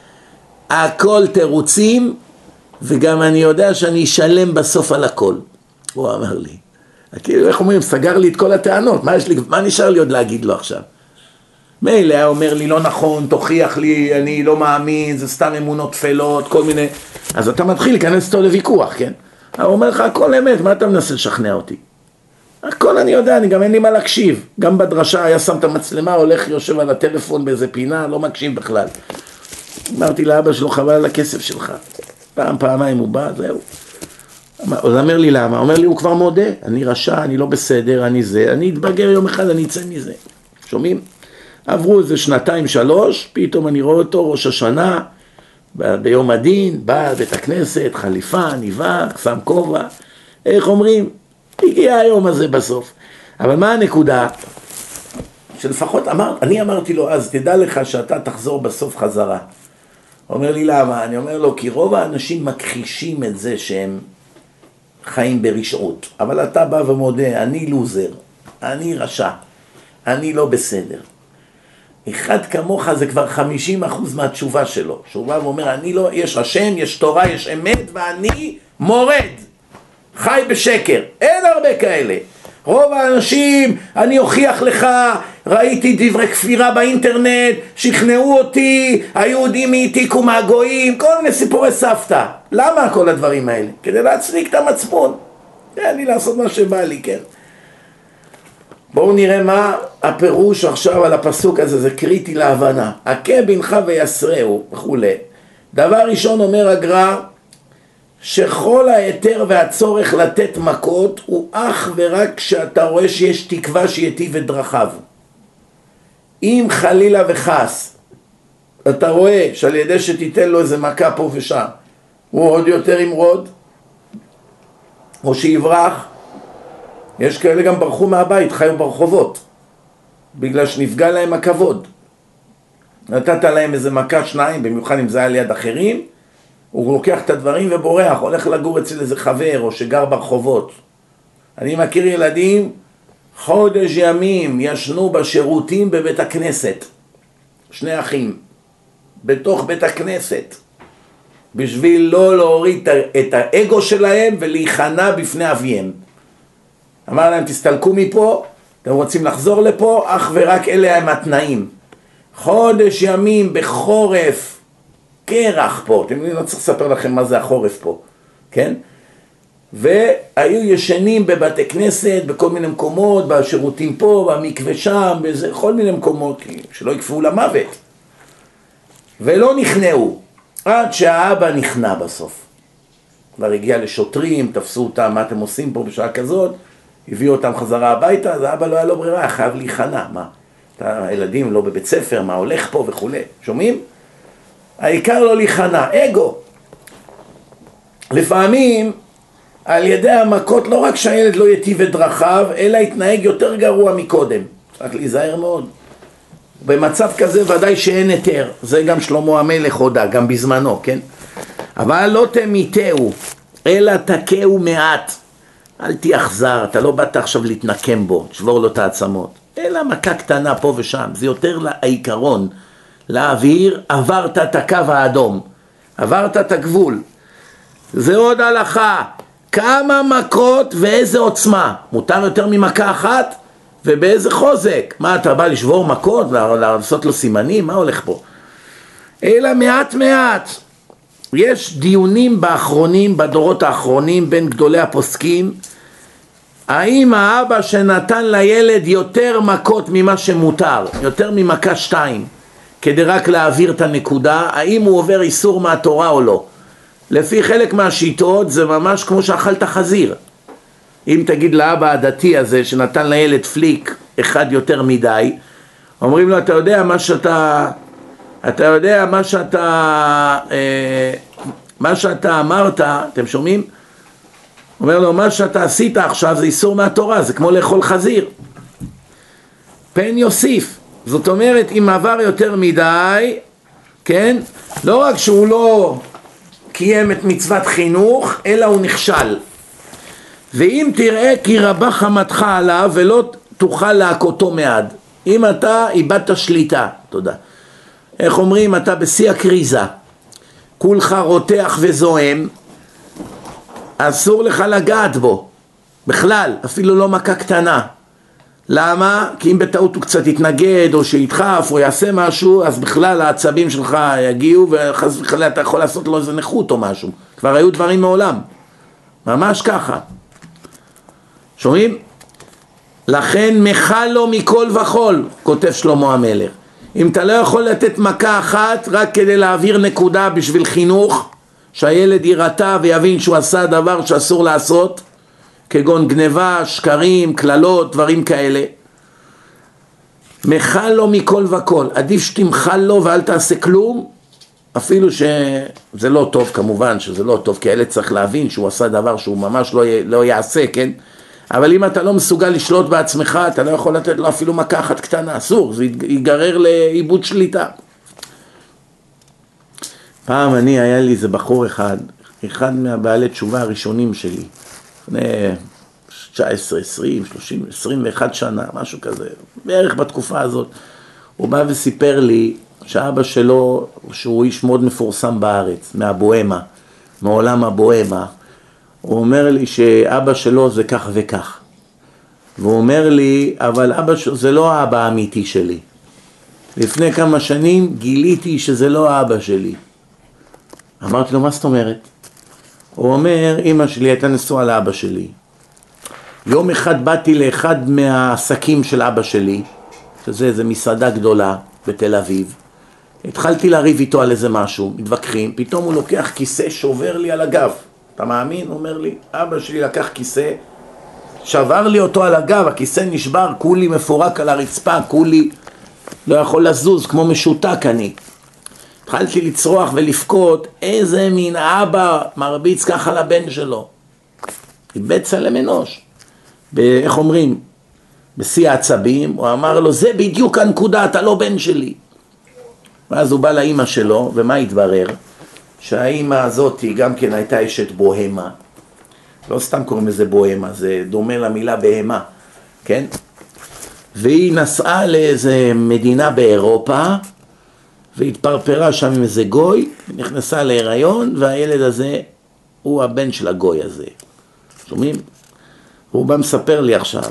הכל תירוצים, וגם אני יודע שאני אשלם בסוף על הכל. הוא אמר לי, כאילו, איך אומרים, סגר לי את כל הטענות, מה יש לי, מה נשאר לי עוד להגיד לו עכשיו? מילא היה אומר לי, לא נכון, תוכיח לי, אני לא מאמין, זה סתם אמונות תפלות, כל מיני, אז אתה מתחיל להיכנס אותו לוויכוח, כן? הוא אומר לך, הכל אמת, מה אתה מנסה לשכנע אותי? הכל אני יודע, אני גם אין לי מה להקשיב. גם בדרשה היה שם את המצלמה, הולך יושב על הטלפון באיזה פינה, לא מקשיב בכלל. אמרתי לאבא שלו, חבל על הכסף שלך. פעם, פעמיים הוא בא, זהו. אז אומר לי למה? אומר לי, הוא כבר מודה, אני רשע, אני לא בסדר, אני זה, אני אתבגר יום אחד, אני אצא מזה. שומעים? עברו איזה שנתיים, שלוש, פתאום אני רואה אותו, ראש השנה, ב- ביום הדין, בא בית הכנסת, חליפה, ניבה, שם כובע. איך אומרים? הגיע היום הזה בסוף. אבל מה הנקודה? שלפחות אמר, אני אמרתי לו, אז תדע לך שאתה תחזור בסוף חזרה. הוא אומר לי למה? אני אומר לו, כי רוב האנשים מכחישים את זה שהם חיים ברשעות. אבל אתה בא ומודה, אני לוזר. אני רשע, אני לא בסדר. אחד כמוך זה כבר חמישים אחוז מהתשובה שלו. שהוא בא ואומר, אני לא, יש השם, יש תורה, יש אמת, ואני מורד. חי בשקר. אין הרבה כאלה. רוב האנשים, אני אוכיח לך, ראיתי דברי כפירה באינטרנט, שכנעו אותי, היהודים העתיקו מהגויים, כל מיני סיפורי סבתא. למה כל הדברים האלה? כדי להצדיק את המצפון. תן לי לעשות מה שבא לי, כן? בואו נראה מה הפירוש עכשיו על הפסוק הזה, זה קריטי להבנה. הכה בנך ויסרהו וכו'. דבר ראשון אומר הגר"א, שכל היתר והצורך לתת מכות הוא אך ורק כשאתה רואה שיש תקווה שיטיב את דרכיו. אם חלילה וחס אתה רואה שעל ידי שתיתן לו איזה מכה פה ושם הוא עוד יותר ימרוד או שיברח, יש כאלה גם ברחו מהבית, חיו ברחובות בגלל שנפגע להם הכבוד. נתת להם איזה מכה שניים, במיוחד אם זה היה ליד אחרים, הוא לוקח את הדברים ובורח, הולך לגור אצל איזה חבר או שגר ברחובות. אני מכיר ילדים חודש ימים ישנו בשירותים בבית הכנסת, שני אחים בתוך בית הכנסת, בשביל לא להוריד את האגו שלהם ולהיכנע בפני אביהם. אמר להם, תסתלקו מפה, אתם רוצים לחזור לפה, אך ורק אלה הם התנאים. חודש ימים בחורף, קרח פה, אתם לא צריך לספר לכם מה זה החורף פה, כן? והיו ישנים בבתי כנסת, בכל מיני מקומות, בשירותים פה, במקווה שם, בכל מיני מקומות, שלא יקפאו למוות. ולא נכנעו, עד שהאבא נכנע בסוף. כבר הגיע לשוטרים, תפסו אותם, מה אתם עושים פה בשעה כזאת, הביאו אותם חזרה הביתה, אז האבא לא היה לו ברירה, חייב להיכנע, מה? הילדים לא בבית ספר, מה הולך פה וכו'. שומעים? העיקר לא להיכנע, אגו. לפעמים על ידי המכות לא רק שהילד לא יטיב את דרכיו, אלא יתנהג יותר גרוע מקודם. צריך להיזהר מאוד. במצב כזה ודאי שאין היתר, זה גם שלמה המלך הודה, גם בזמנו, כן? אבל לא תמיתהו, אלא תכהו מעט. אל תיאכזר, אתה לא באת עכשיו להתנקם בו, תשבור לו את העצמות. אלא מכה קטנה פה ושם, זה יותר לעיקרון. להבהיר, עברת את הקו האדום, עברת את הגבול. זה עוד הלכה, כמה מכות ואיזה עוצמה. מותר יותר ממכה אחת ובאיזה חוזק. מה, אתה בא לשבור מכות, לעשות לו סימנים? מה הולך פה? אלא מעט מעט. יש דיונים באחרונים, בדורות האחרונים, בין גדולי הפוסקים, האם האבא שנתן לילד יותר מכות ממה שמותר, יותר ממכה שתיים, כדי רק להעביר את הנקודה, האם הוא עובר איסור מהתורה או לא? לפי חלק מהשיטות זה ממש כמו שאכלת חזיר. אם תגיד לאבא הדתי הזה שנתן לילד פליק אחד יותר מדי, אומרים לו, אתה יודע מה שאתה, אתה יודע מה שאתה, אה, מה שאתה אמרת, אתם שומעים? אומר לו, מה שאתה עשית עכשיו זה איסור מהתורה, זה כמו לאכול חזיר. פן יוסיף. זאת אומרת, אם עבר יותר מדי, כן? לא רק שהוא לא קיים את מצוות חינוך, אלא הוא נכשל. ואם תראה כי רבה חמתך עליו ולא תוכל להכותו מעד. אם אתה איבדת שליטה, תודה. איך אומרים, אתה בשיא הקריזה, כולך רותח וזוהם, אסור לך לגעת בו, בכלל, אפילו לא מכה קטנה. למה? כי אם בטעות הוא קצת יתנגד או שידחף או יעשה משהו, אז בכלל העצבים שלך יגיעו וחס וחלילה אתה יכול לעשות לו איזה נכות או משהו. כבר היו דברים מעולם, ממש ככה. שומעים? לכן מחל לו מכל וכל, כותב שלמה המלך. אם אתה לא יכול לתת מכה אחת רק כדי להעביר נקודה בשביל חינוך, שהילד יירתע ויבין שהוא עשה דבר שאסור לעשות, כגון גניבה, שקרים, כללות, דברים כאלה, מחל לו מכל וכל. עדיף שתמחל לו ואל תעשה כלום, אפילו שזה לא טוב, כמובן שזה לא טוב, כי הילד צריך להבין שהוא עשה דבר שהוא ממש לא, לא יעשה, כן? אבל אם אתה לא מסוגל לשלוט בעצמך, אתה לא יכול לתת לו אפילו מכה אחת קטנה, אסור, זה ייגרר לאיבוד שליטה. פעם אני, היה לי איזה בחור אחד, אחד מהבעלי תשובה הראשונים שלי, לפני תשע עשרה, עשרים, שלושים, עשרים ואחת שנה, משהו כזה, בערך בתקופה הזאת. הוא בא וסיפר לי שאבא שלו, שהוא איש מאוד מפורסם בארץ, מהבוהמה, מעולם הבוהמה, הוא אומר לי שאבא שלו זה כך וכך. והוא אומר לי, אבל אבא שלו זה לא האבא האמיתי שלי. לפני כמה שנים גיליתי שזה לא האבא שלי. אמרתי לו, מה זאת אומרת? הוא אומר, אמא שלי הייתה נשואה לאבא שלי. יום אחד באתי לאחד מהעסקים של אבא שלי, שזה איזה מסעדה גדולה בתל אביב. התחלתי להריב איתו על איזה משהו, מתווכחים, פתאום הוא לוקח כיסא שובר לי על הגב. אתה מאמין? הוא אומר לי, אבא שלי לקח כיסא, שבר לי אותו על הגב, הכיסא נשבר, כולי מפורק על הרצפה, כולי לא יכול לזוז, כמו משותק אני. התחלתי לצרוח ולפקוד, איזה מין אבא מרביץ ככה לבן שלו. איבד צלם אנוש. איך אומרים? בשיא העצבים, הוא אמר לו, זה בדיוק הנקודה, אתה לא בן שלי. ואז הוא בא לאמא שלו, ומה התברר? שהאמא הזאת גם כן הייתה אשת בוהמה. לא סתם קוראים לזה בוהמה, זה דומה למילה בהמה, כן? והיא נסעה לאיזה מדינה באירופה, והתפרפרה שם עם איזה גוי, נכנסה להיריון, והילד הזה הוא הבן של הגוי הזה. שומעים? הוא בא מספר לי עכשיו.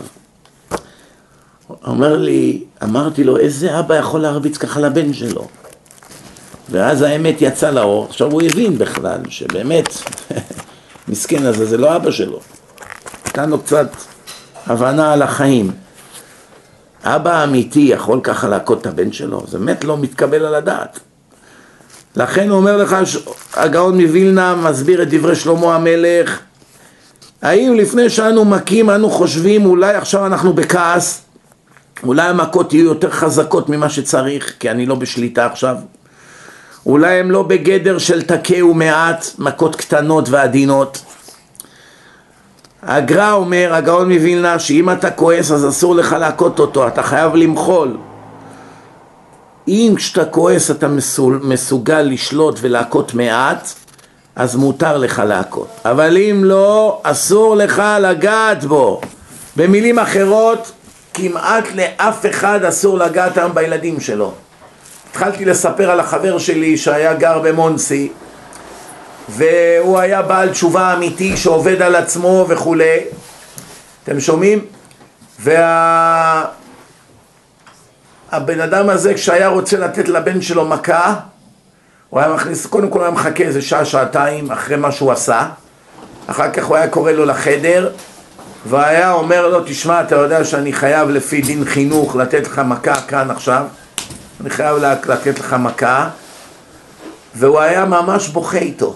אומר לי, אמרתי לו, איזה אבא יכול להרביץ ככה לבן שלו? ואז האמת יצא לאור. עכשיו הוא הבין בכלל שבאמת מסכן הזה זה לא אבא שלו. נתן לו קצת הבנה על החיים. אבא האמיתי יכול ככה להכות את הבן שלו? זה באמת לא מתקבל על הדעת. לכן הוא אומר לך, הגאון מווילנה מסביר את דברי שלמה המלך, האם לפני שאנו מכים אנו חושבים אולי עכשיו אנחנו בכעס, אולי המכות יהיו יותר חזקות ממה שצריך, כי אני לא בשליטה עכשיו, אולי הם לא בגדר של תקה ומעט, מכות קטנות ועדינות. הגר"א אומר, הגאון מווילנה, שאם אתה כועס אז אסור לך להכות אותו, אתה חייב למחול. אם כשאתה כועס אתה מסוגל לשלוט ולהכות מעט, אז מותר לך להכות. אבל אם לא, אסור לך לגעת בו. במילים אחרות, כמעט לאף אחד אסור לגעת היום בילדים שלו. התחלתי לספר על החבר שלי שהיה גר במונסי, והוא היה בעל תשובה אמיתי שעובד על עצמו וכו'. אתם שומעים? והבן וה... אדם הזה כשהיה רוצה לתת לבן שלו מכה, הוא היה מכניס, קודם כל הוא היה מחכה איזה שעה, שעתיים אחרי מה שהוא עשה. אחר כך הוא היה קורא לו לחדר, והיה אומר לו, תשמע, אתה יודע שאני חייב לפי דין חינוך לתת לך מכה כאן עכשיו. אני חייב לתת לך מכה. והוא היה ממש בוכה איתו.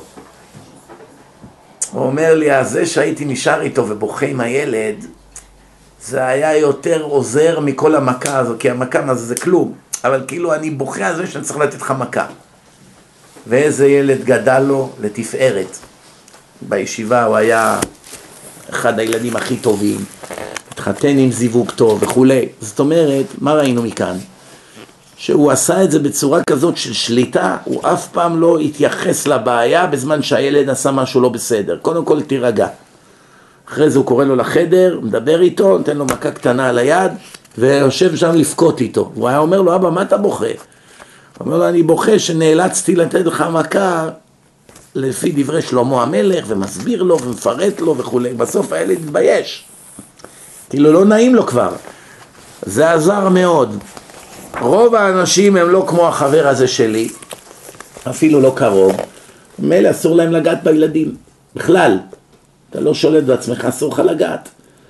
הוא אומר לי, זה שהייתי נשאר איתו ובוכה עם הילד, זה היה יותר עוזר מכל המכה הזו, כי המכה הזה זה כלום. אבל כאילו אני בוכה על זה שאני צריך לתת לך מכה. ואיזה ילד גדל לו לתפארת. בישיבה הוא היה אחד הילדים הכי טובים, התחתן עם זיווג טוב וכו'. זאת אומרת, מה ראינו מכאן? שהוא עשה את זה בצורה כזאת של שליטה, הוא אף פעם לא התייחס לבעיה בזמן שהילד עשה משהו לא בסדר. קודם כל תירגע. אחרי זה הוא קורא לו לחדר, מדבר איתו, נותן לו מכה קטנה על היד, ויושב שם לפקוט איתו. הוא היה אומר לו, אבא, מה אתה בוכה? הוא אומר לו, אני בוכה שנאלצתי לתת לך מכה לפי דברי שלמה המלך, ומסביר לו ומפרט לו וכו'. בסוף הילד התבייש. כאילו לא נעים לו כבר. זה עזר מאוד. רוב האנשים הם לא כמו החבר הזה שלי, אפילו לא קרוב. מילא אסור להם לגעת בילדים. בכלל. אתה לא שולט בעצמך, אסור לך לגעת.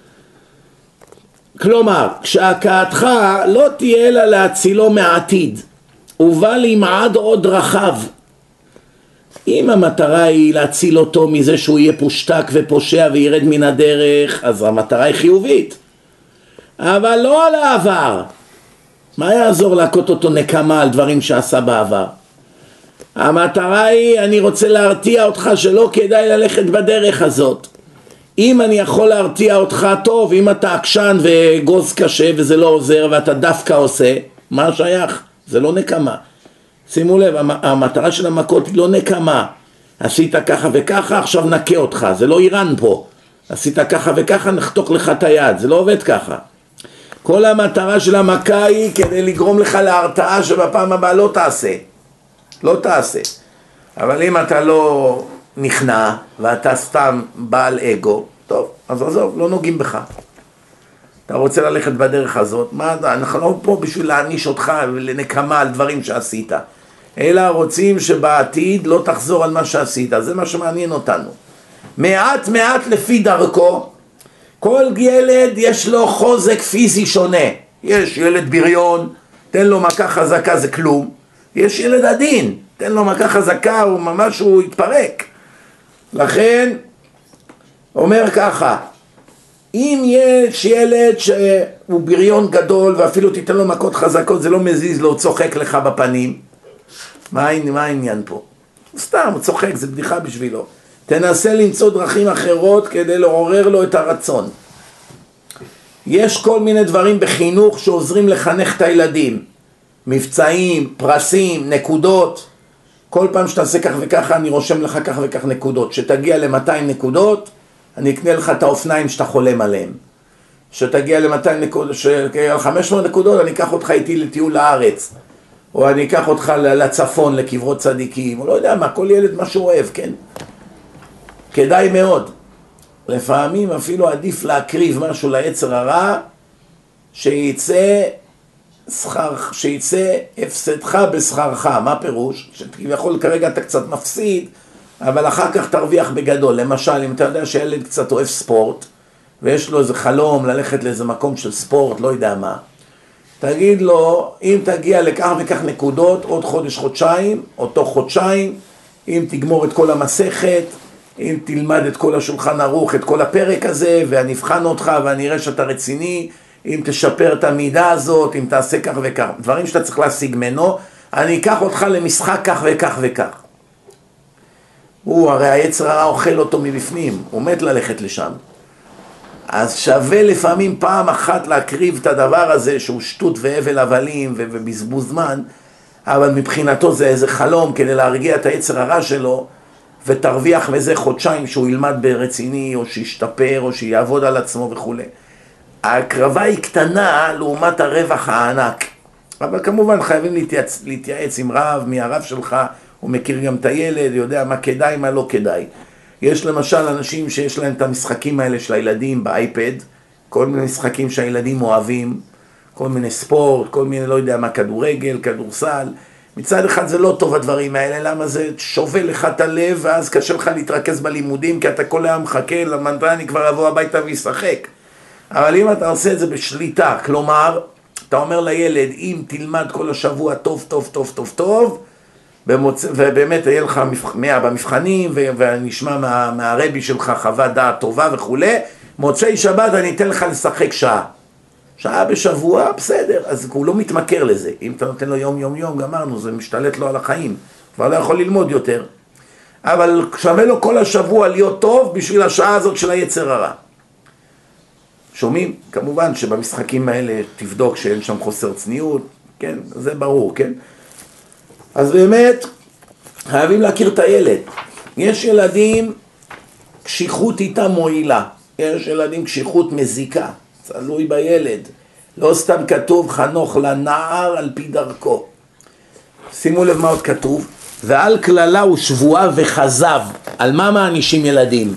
כלומר, כשהכאתך לא תהיה לה להצילו מהעתיד, ובא לימעד עוד רחב. אם המטרה היא להציל אותו מזה שהוא יהיה פושטק ופושע וירד מן הדרך, אז המטרה היא חיובית. אבל לא על העבר. מה יעזור להכות אותו נקמה על דברים שעשה בעבר? המטרה היא, אני רוצה להרתיע אותך שלא כדאי ללכת בדרך הזאת. אם אני יכול להרתיע אותך טוב, אם אתה עקשן וגוז קשה וזה לא עוזר ואתה דווקא עושה, מה שייך? זה לא נקמה. שימו לב, המטרה של המכות היא לא נקמה. עשית ככה וככה, עכשיו נקה אותך, זה לא איראן פה. עשית ככה וככה, נחתוך לך את היד. זה לא עובד ככה. כל המטרה של המכה היא כדי לגרום לך להרתעה שבפעם הבאה לא תעשה. לא תעשה. אבל אם אתה לא נכנע ואתה סתם בעל אגו, טוב, אז עזוב, לא נוגעים בך. אתה רוצה ללכת בדרך הזאת, מה, אנחנו לא פה בשביל להעניש אותך ולנקמה על דברים שעשית, אלא רוצים שבעתיד לא תחזור על מה שעשית. זה מה שמעניין אותנו. מעט מעט לפי דרכו. כל ילד יש לו חוזק פיזי שונה. יש ילד בריון, תן לו מכה חזקה זה כלום. יש ילד עדין, תן לו מכה חזקה, הוא ממש הוא יתפרק. לכן אומר ככה, אם יש ילד שהוא בריון גדול ואפילו תיתן לו מכות חזקות, זה לא מזיז לו, הוא צוחק לך בפנים. מה, מה העניין פה? סתם, הוא צוחק, זה בדיחה בשבילו. תנסה למצוא דרכים אחרות כדי לעורר לו את הרצון. יש כל מיני דברים בחינוך שעוזרים לחנך את הילדים. מבצעים, פרסים, נקודות. כל פעם שתעשה כך וככה אני רושם לך כך וכך נקודות. שתגיע ל-מאתיים נקודות, אני אקנה לך את האופניים שאתה חולם עליהם. שתגיע ל-מאתיים נקודות, שתגיע ל-חמש מאות נקודות, אני אקח אותך איתי לטיול לארץ. או אני אקח אותך לצפון, לקברות צדיקים, או לא יודע מה, כל ילד מה שהוא אוהב, כן? כדאי מאוד. לפעמים אפילו עדיף להקריב משהו ליצר הרע, שיצא שכר, שיצא הפסדך בשכרך. מה פירוש? שכביכול כרגע אתה קצת מפסיד, אבל אחר כך תרוויח בגדול. למשל, אם אתה יודע שילד קצת אוהב ספורט, ויש לו איזה חלום ללכת לאיזה מקום של ספורט, לא יודע מה, תגיד לו, אם תגיע לכך וכך נקודות, עוד חודש, חודשיים, אותו חודשיים, אם תגמור את כל המסכת, אם תלמד את כל השולחן ערוך, את כל הפרק הזה, ואני אבחן אותך ואני אראה שאתה רציני, אם תשפר את המידה הזאת, אם תעשה כך וכך, דברים שאתה צריך להשיג ממנו, אני אקח אותך למשחק כך וכך וכך. הוא, הרי היצר הרע אוכל אותו מבפנים, הוא מת ללכת לשם. אז שווה לפעמים פעם אחת להקריב את הדבר הזה, שהוא שטות והבל הבלים ובזבוז זמן, אבל מבחינתו זה איזה חלום כדי להרגיע את היצר הרע שלו, ותרוויח מזה חודשיים שהוא ילמד ברציני, או שישתפר, או שיעבוד על עצמו וכו'. ההקרבה היא קטנה לעומת הרווח הענק. אבל כמובן חייבים להתייעץ, להתייעץ עם רב, מהרב שלך, הוא מכיר גם את הילד, יודע מה כדאי, מה לא כדאי. יש למשל אנשים שיש להם את המשחקים האלה של הילדים באייפד, כל מיני משחקים שהילדים אוהבים, כל מיני ספורט, כל מיני לא יודע מה, כדורגל, כדורסל. מצד אחד זה לא טוב הדברים האלה, למה זה שובל לך את הלב, ואז קשה לך להתרכז בלימודים, כי אתה כל היום מחכה, למתי אני כבר אבוא הביתה וישחק. אבל אם אתה עושה את זה בשליטה, כלומר, אתה אומר לילד, אם תלמד כל השבוע טוב, טוב, טוב, טוב, טוב, במוצ... ובאמת יהיה לך מאה במבחנים, ו... ונשמע מה... מהרבי שלך חוות דעת טובה וכו', מוצאי שבת אני אתן לך לשחק שעה. שעה בשבוע, בסדר, אז הוא לא מתמכר לזה. אם אתה נותן לו יום יום יום, גמרנו, זה משתלט לו על החיים. כבר לא יכול ללמוד יותר. אבל שווה לו כל השבוע להיות טוב בשביל השעה הזאת של היצר הרע. שומעים? כמובן שבמשחקים האלה תבדוק שאין שם חוסר צניעות, כן? זה ברור, כן? אז באמת, חייבים להכיר את הילד. יש ילדים, קשיחות איתה מועילה. יש ילדים קשיחות מזיקה. תלוי בילד. לא סתם כתוב חנוך לנער על פי דרכו. שימו לב מה עוד כתוב. ועל כללה הוא שבועה וחזב. על מה מענישים ילדים?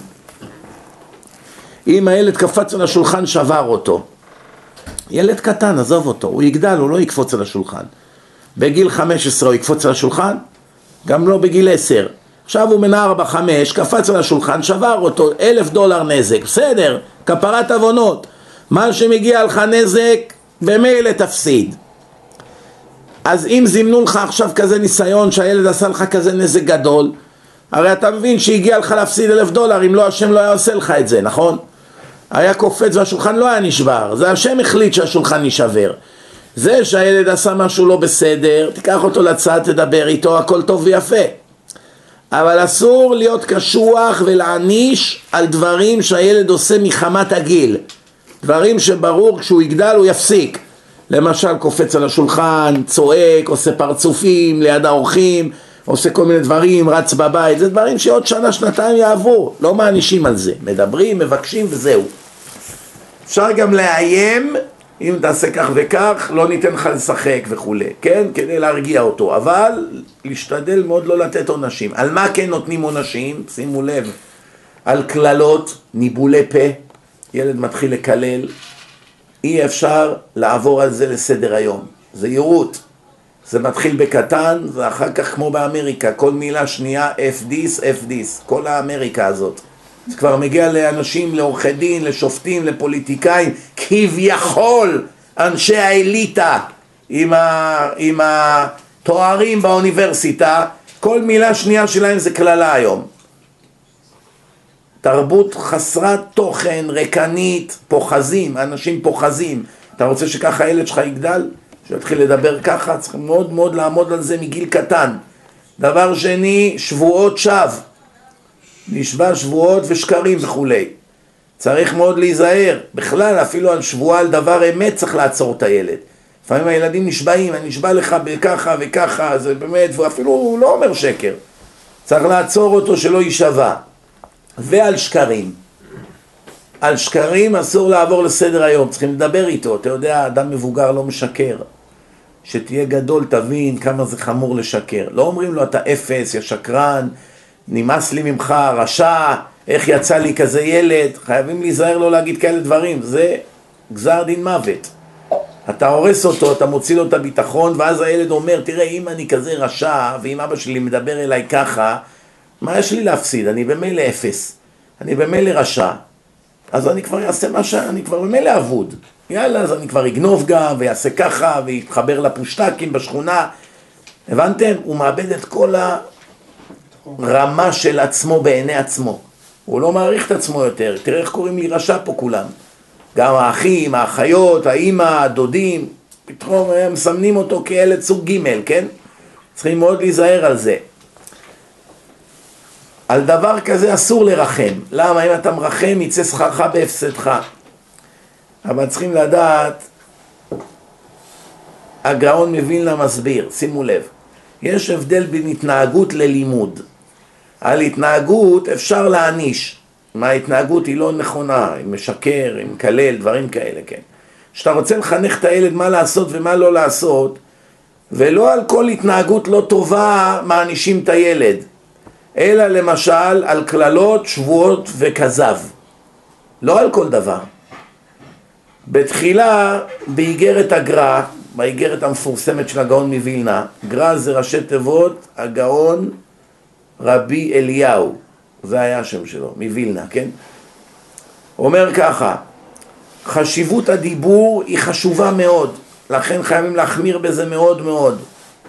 אם הילד קפץ על השולחן שבר אותו. ילד קטן, עזוב אותו. הוא יגדל, הוא לא יקפוץ על השולחן. בגיל חמש עשרה הוא יקפוץ על השולחן? גם לא בגיל עשר. עכשיו הוא מנער בחמש, קפץ על השולחן, שבר אותו, אלף דולר נזק. בסדר, כפרת עוונות. מה שמגיע לך נזק, במילא תפסיד. אז אם זימנו לך עכשיו כזה ניסיון שהילד עשה לך כזה נזק גדול, הרי אתה מבין שהגיע לך להפסיד אלף דולר, אם לא השם לא היה עושה לך את זה, נכון? היה קופץ והשולחן לא היה נשבר, זה השם החליט שהשולחן נשבר. זה שהילד עשה משהו לא בסדר, תיקח אותו לצד, תדבר איתו, הכל טוב ויפה. אבל אסור להיות קשוח ולעניש על דברים שהילד עושה מחמת הגיל. דברים שברור כשהוא יגדל הוא יפסיק. למשל קופץ על השולחן, צועק, עושה פרצופים ליד האורחים, עושה כל מיני דברים, רץ בבית, זה דברים שעוד שנה, שנתיים יעבור, לא מענישים על זה, מדברים, מבקשים וזהו. אפשר גם לאיים, אם תעשה כך וכך, לא ניתן לך לשחק וכו', כן? כדי להרגיע אותו, אבל להשתדל מאוד לא לתת עונשים. על מה כן נותנים עונשים? שימו לב, על כללות, ניבולי פה, ילד מתחיל לקלל, אי אפשר לעבור על זה לסדר היום, זה ירות. זה מתחיל בקטן, זה אחר כך כמו באמריקה, כל מילה שנייה, F this, F this, כל האמריקה הזאת. זה כבר מגיע לאנשים, לעורכי דין, לשופטים, לפוליטיקאים, כביכול אנשי האליטה עם, ה... עם התוארים באוניברסיטה, כל מילה שנייה שלהם זה כללה היום. תרבות חסרת תוכן, רקנית, פוחזים, אנשים פוחזים. אתה רוצה שככה הילד שלך יגדל? שיתחיל לדבר ככה, צריך מאוד מאוד לעמוד על זה מגיל קטן. דבר שני, שבועות שווא. נשבע שבועות ושקרים וכולי. צריך מאוד להיזהר. בכלל, אפילו על שבועה על דבר אמת צריך לעצור את הילד. לפעמים הילדים נשבעים, אני נשבע לך בככה וככה, זה באמת, ואפילו הוא לא אומר שקר. צריך לעצור אותו שלא יישבע. ועל שקרים. על שקרים אסור לעבור לסדר היום, צריכים לדבר איתו. אתה יודע, אדם מבוגר לא משקר. שתהיה גדול, תבין כמה זה חמור לשקר. לא אומרים לו, אתה אפס, יא שקרן, נמאס לי ממך, רשע, איך יצא לי כזה ילד. חייבים להיזהר לא להגיד כאלה דברים, זה גזר דין מוות. אתה הורס אותו, אתה מוציא לו את הביטחון, ואז הילד אומר, תראה, אם אני כזה רשע, ואם אבא שלי מדבר אליי ככה, מה יש לי להפסיד? אני במילא אפס, אני במילא רשע. אז אני כבר אעשה מה שאני כבר במילא אבוד. יאללה, אז אני כבר אגנוב גם, ויעשה ככה, ויתחבר לפושטקים בשכונה. הבנתם? הוא מאבד את כל הרמה של עצמו בעיני עצמו. הוא לא מעריך את עצמו יותר. תראה איך קוראים לי רשע פה כולם. גם האחים, האחיות, האמא, הדודים, פתאום הם מסמנים אותו כילד סוג ג', כן? צריכים מאוד להיזהר על זה. על דבר כזה אסור לרחם. למה? אם אתה מרחם, יצא שכרך בהפסדך. אבל צריכים לדעת, הגאון מווילנה מסביר, שימו לב, יש הבדל בין התנהגות ללימוד. על התנהגות אפשר להעניש. מה ההתנהגות היא לא נכונה, היא משקר, היא מקלל, דברים כאלה, כן. שאתה רוצה לחנך את הילד מה לעשות ומה לא לעשות, ולא על כל התנהגות לא טובה מענישים את הילד. אלא למשל על כללות, שבועות וכזב. לא על כל דבר. בתחילה, באיגרת הגר"א, באיגרת המפורסמת של הגאון מווילנה, גר"א זה ראשי תיבות, הגאון רבי אליהו, זה היה השם שלו, מווילנה, כן? אומר ככה, חשיבות הדיבור היא חשובה מאוד, לכן חייבים להחמיר בזה מאוד מאוד.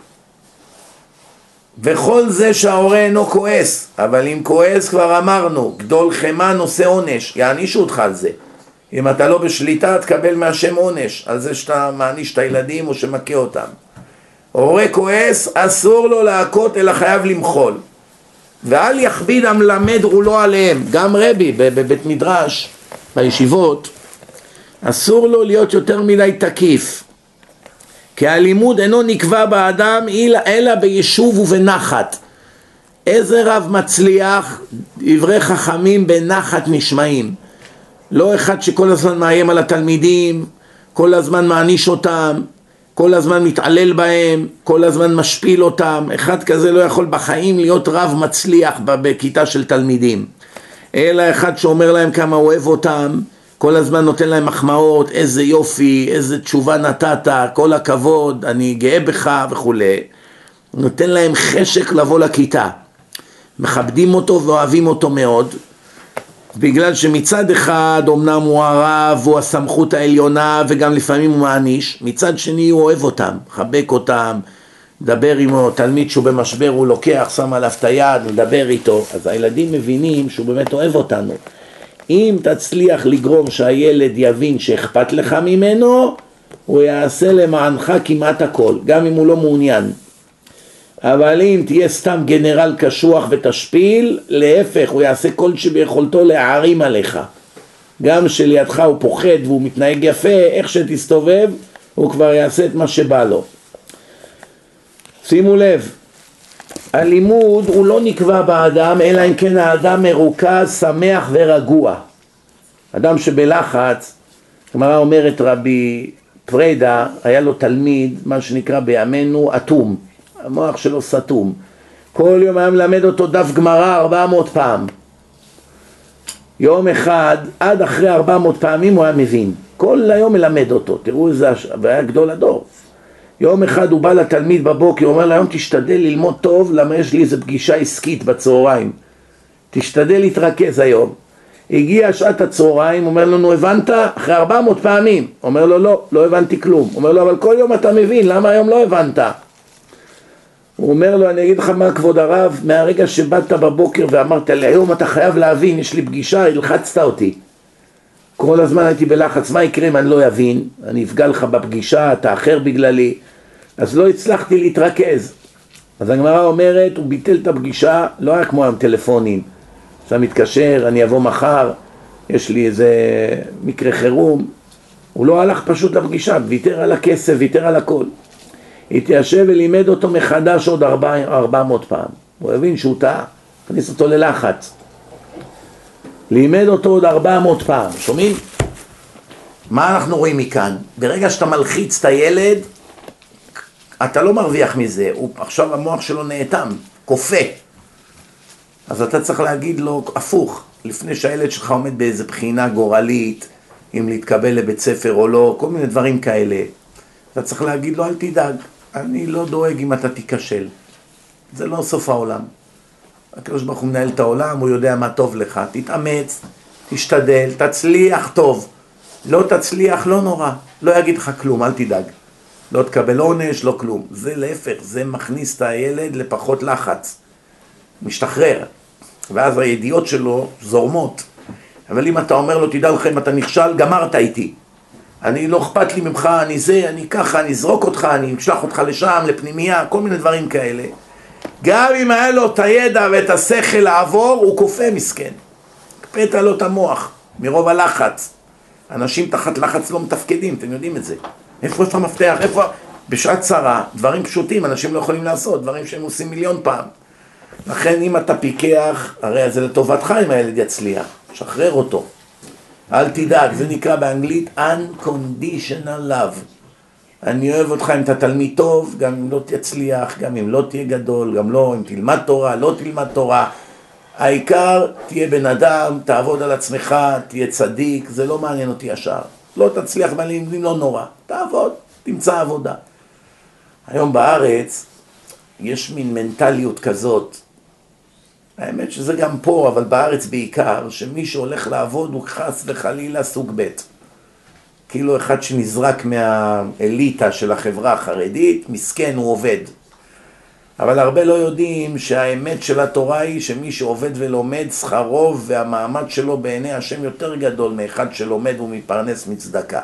וכל זה שההורה אינו כועס, אבל אם כועס כבר אמרנו, גדול חמה נושא עונש, יענישו אותך על זה. אם אתה לא בשליטה, תקבל מהשם עונש, על זה שאתה מעניש את הילדים או שמכה אותם. הורה כועס, אסור לו להכות, אלא חייב למחול. ואל יכביד המלמד רולו עליהם. גם רבי בבית מדרש, בישיבות, אסור לו להיות יותר מדי תקיף. כי הלימוד אינו נקבע באדם אלא ביישוב ובנחת. איזה רב מצליח, דברי חכמים בנחת נשמעים. לא אחד שכל הזמן מאיים על התלמידים, כל הזמן מעניש אותם, כל הזמן מתעלל בהם, כל הזמן משפיל אותם. אחד כזה לא יכול בחיים להיות רב מצליח בכיתה של תלמידים. אלא אחד שאומר להם כמה אוהב אותם, כל הזמן נותן להם מחמאות, איזה יופי, איזה תשובה נתת, כל הכבוד, אני גאה בך וכו'. נותן להם חשק לבוא לכיתה. מכבדים אותו ואוהבים אותו מאוד, בגלל שמצד אחד אמנם הוא הרב, הוא הסמכות העליונה וגם לפעמים הוא מעניש, מצד שני הוא אוהב אותם, חבק אותם, מדבר עמו, תלמיד שהוא במשבר הוא לוקח, שם עליו את היד, מדבר איתו, אז הילדים מבינים שהוא באמת אוהב אותנו. אם תצליח לגרום שהילד יבין שאכפת לך ממנו, הוא יעשה למענך כמעט הכל, גם אם הוא לא מעוניין. אבל אם תהיה סתם גנרל קשוח ותשפיל, להפך, הוא יעשה כל שביכולתו להערים עליך. גם שלידך הוא פוחד והוא מתנהג יפה, איך שתסתובב, הוא כבר יעשה את מה שבא לו. שימו לב, הלימוד הוא לא נקבע באדם, אלא אם כן האדם מרוכז, שמח ורגוע. אדם שבלחץ, הגמרא אומרת רבי פרידה, היה לו תלמיד, מה שנקרא בימינו אטום, המוח שלו סתום. כל יום היה מלמד אותו דף גמרא ארבע מאות פעם. יום אחד, עד אחרי ארבע מאות פעמים הוא היה מבין. כל היום מלמד אותו, תראו איזה, והיה גדול הדור. יום אחד הוא בא לתלמיד בבוקר, הוא אומר לו, היום תשתדל ללמוד טוב, למה יש לי איזו פגישה עסקית בצהריים. תשתדל להתרכז היום. הגיע שעת הצהריים, אומר לנו, הבנת? אחרי ארבע מאות פעמים. אומר לו, לא, לא הבנתי כלום. אומר לו, אבל כל יום אתה מבין, למה היום לא הבנת? הוא אומר לו, אני אגיד לך מה כבוד הרב, מהרגע שבאת בבוקר ואמרת לי, היום אתה חייב להבין, יש לי פגישה, הלחצת אותי. כל הזמן הייתי בלחץ, מה יקרה אם אני לא אבין? אני אפגע לך בפגישה, אתה אחר בגללי. אז לא הצלחתי להתרכז. אז הגמרא אומרת, הוא ביטל את הפגישה, לא היה כמו היום טלפונים. עכשיו מתקשר, אני אבוא מחר, יש לי איזה מקרה חירום. הוא לא הלך פשוט לפגישה, ויתר על הכסף, ויתר על הכל. התיישב ולימד אותו מחדש עוד ארבע מאות פעם. הוא הבין שהוא טעה, הכניס אותו ללחץ. לימד אותו עוד ארבע מאות פעם, שומעים? מה אנחנו רואים מכאן? ברגע שאתה מלחיץ את הילד, אתה לא מרוויח מזה, הוא, עכשיו המוח שלו נאטם, קופא. אז אתה צריך להגיד לו הפוך, לפני שהילד שלך עומד באיזה בחינה גורלית, אם להתקבל לבית ספר או לא, כל מיני דברים כאלה. אתה צריך להגיד לו, אל תדאג, אני לא דואג אם אתה תיכשל. זה לא סוף העולם. הקדוש ברוך הוא מנהל את העולם, הוא יודע מה טוב לך. תתאמץ, תשתדל, תצליח טוב. לא תצליח, לא נורא. לא יגיד לך כלום, אל תדאג. לא תקבל עונש, לא כלום. זה להפך, זה מכניס את הילד לפחות לחץ. משתחרר. ואז הידיעות שלו זורמות. אבל אם אתה אומר לו, תדע לך, אם אתה נכשל, גמרת איתי. אני לא אכפת לי ממך, אני זה, אני ככה, אני אזרוק אותך, אני אשלח אותך לשם, לפנימיה, כל מיני דברים כאלה. גם אם היה לו את הידע ואת השכל לעבור, הוא קופא מסכן. קפאת לו את המוח, מרוב הלחץ. אנשים תחת לחץ לא מתפקדים, אתם יודעים את זה. איפה איפה המפתח, איפה... בשעת צרה, דברים פשוטים, אנשים לא יכולים לעשות, דברים שהם עושים מיליון פעם. לכן אם אתה פיקח, הרי זה לטובתך אם הילד יצליח, שחרר אותו. אל תדאג, זה נקרא באנגלית unconditional love. אני אוהב אותך אם אתה תלמיד טוב, גם אם לא תצליח, גם אם לא תהיה גדול, גם לא, אם תלמד תורה, לא תלמד תורה. העיקר תהיה בן אדם, תעבוד על עצמך, תהיה צדיק, זה לא מעניין אותי השאר. לא תצליח בלימודים, לא נורא. תעבוד, תמצא עבודה. היום בארץ יש מין מנטליות כזאת, האמת שזה גם פה, אבל בארץ בעיקר, שמי שהולך לעבוד הוא חס וחלילה סוג ב'. כאילו אחד שנזרק מהאליטה של החברה החרדית, מסכן הוא עובד. אבל הרבה לא יודעים שהאמת של התורה היא שמי שעובד ולומד שכרו והמעמד שלו בעיני השם יותר גדול מאחד שלומד ומתפרנס מצדקה.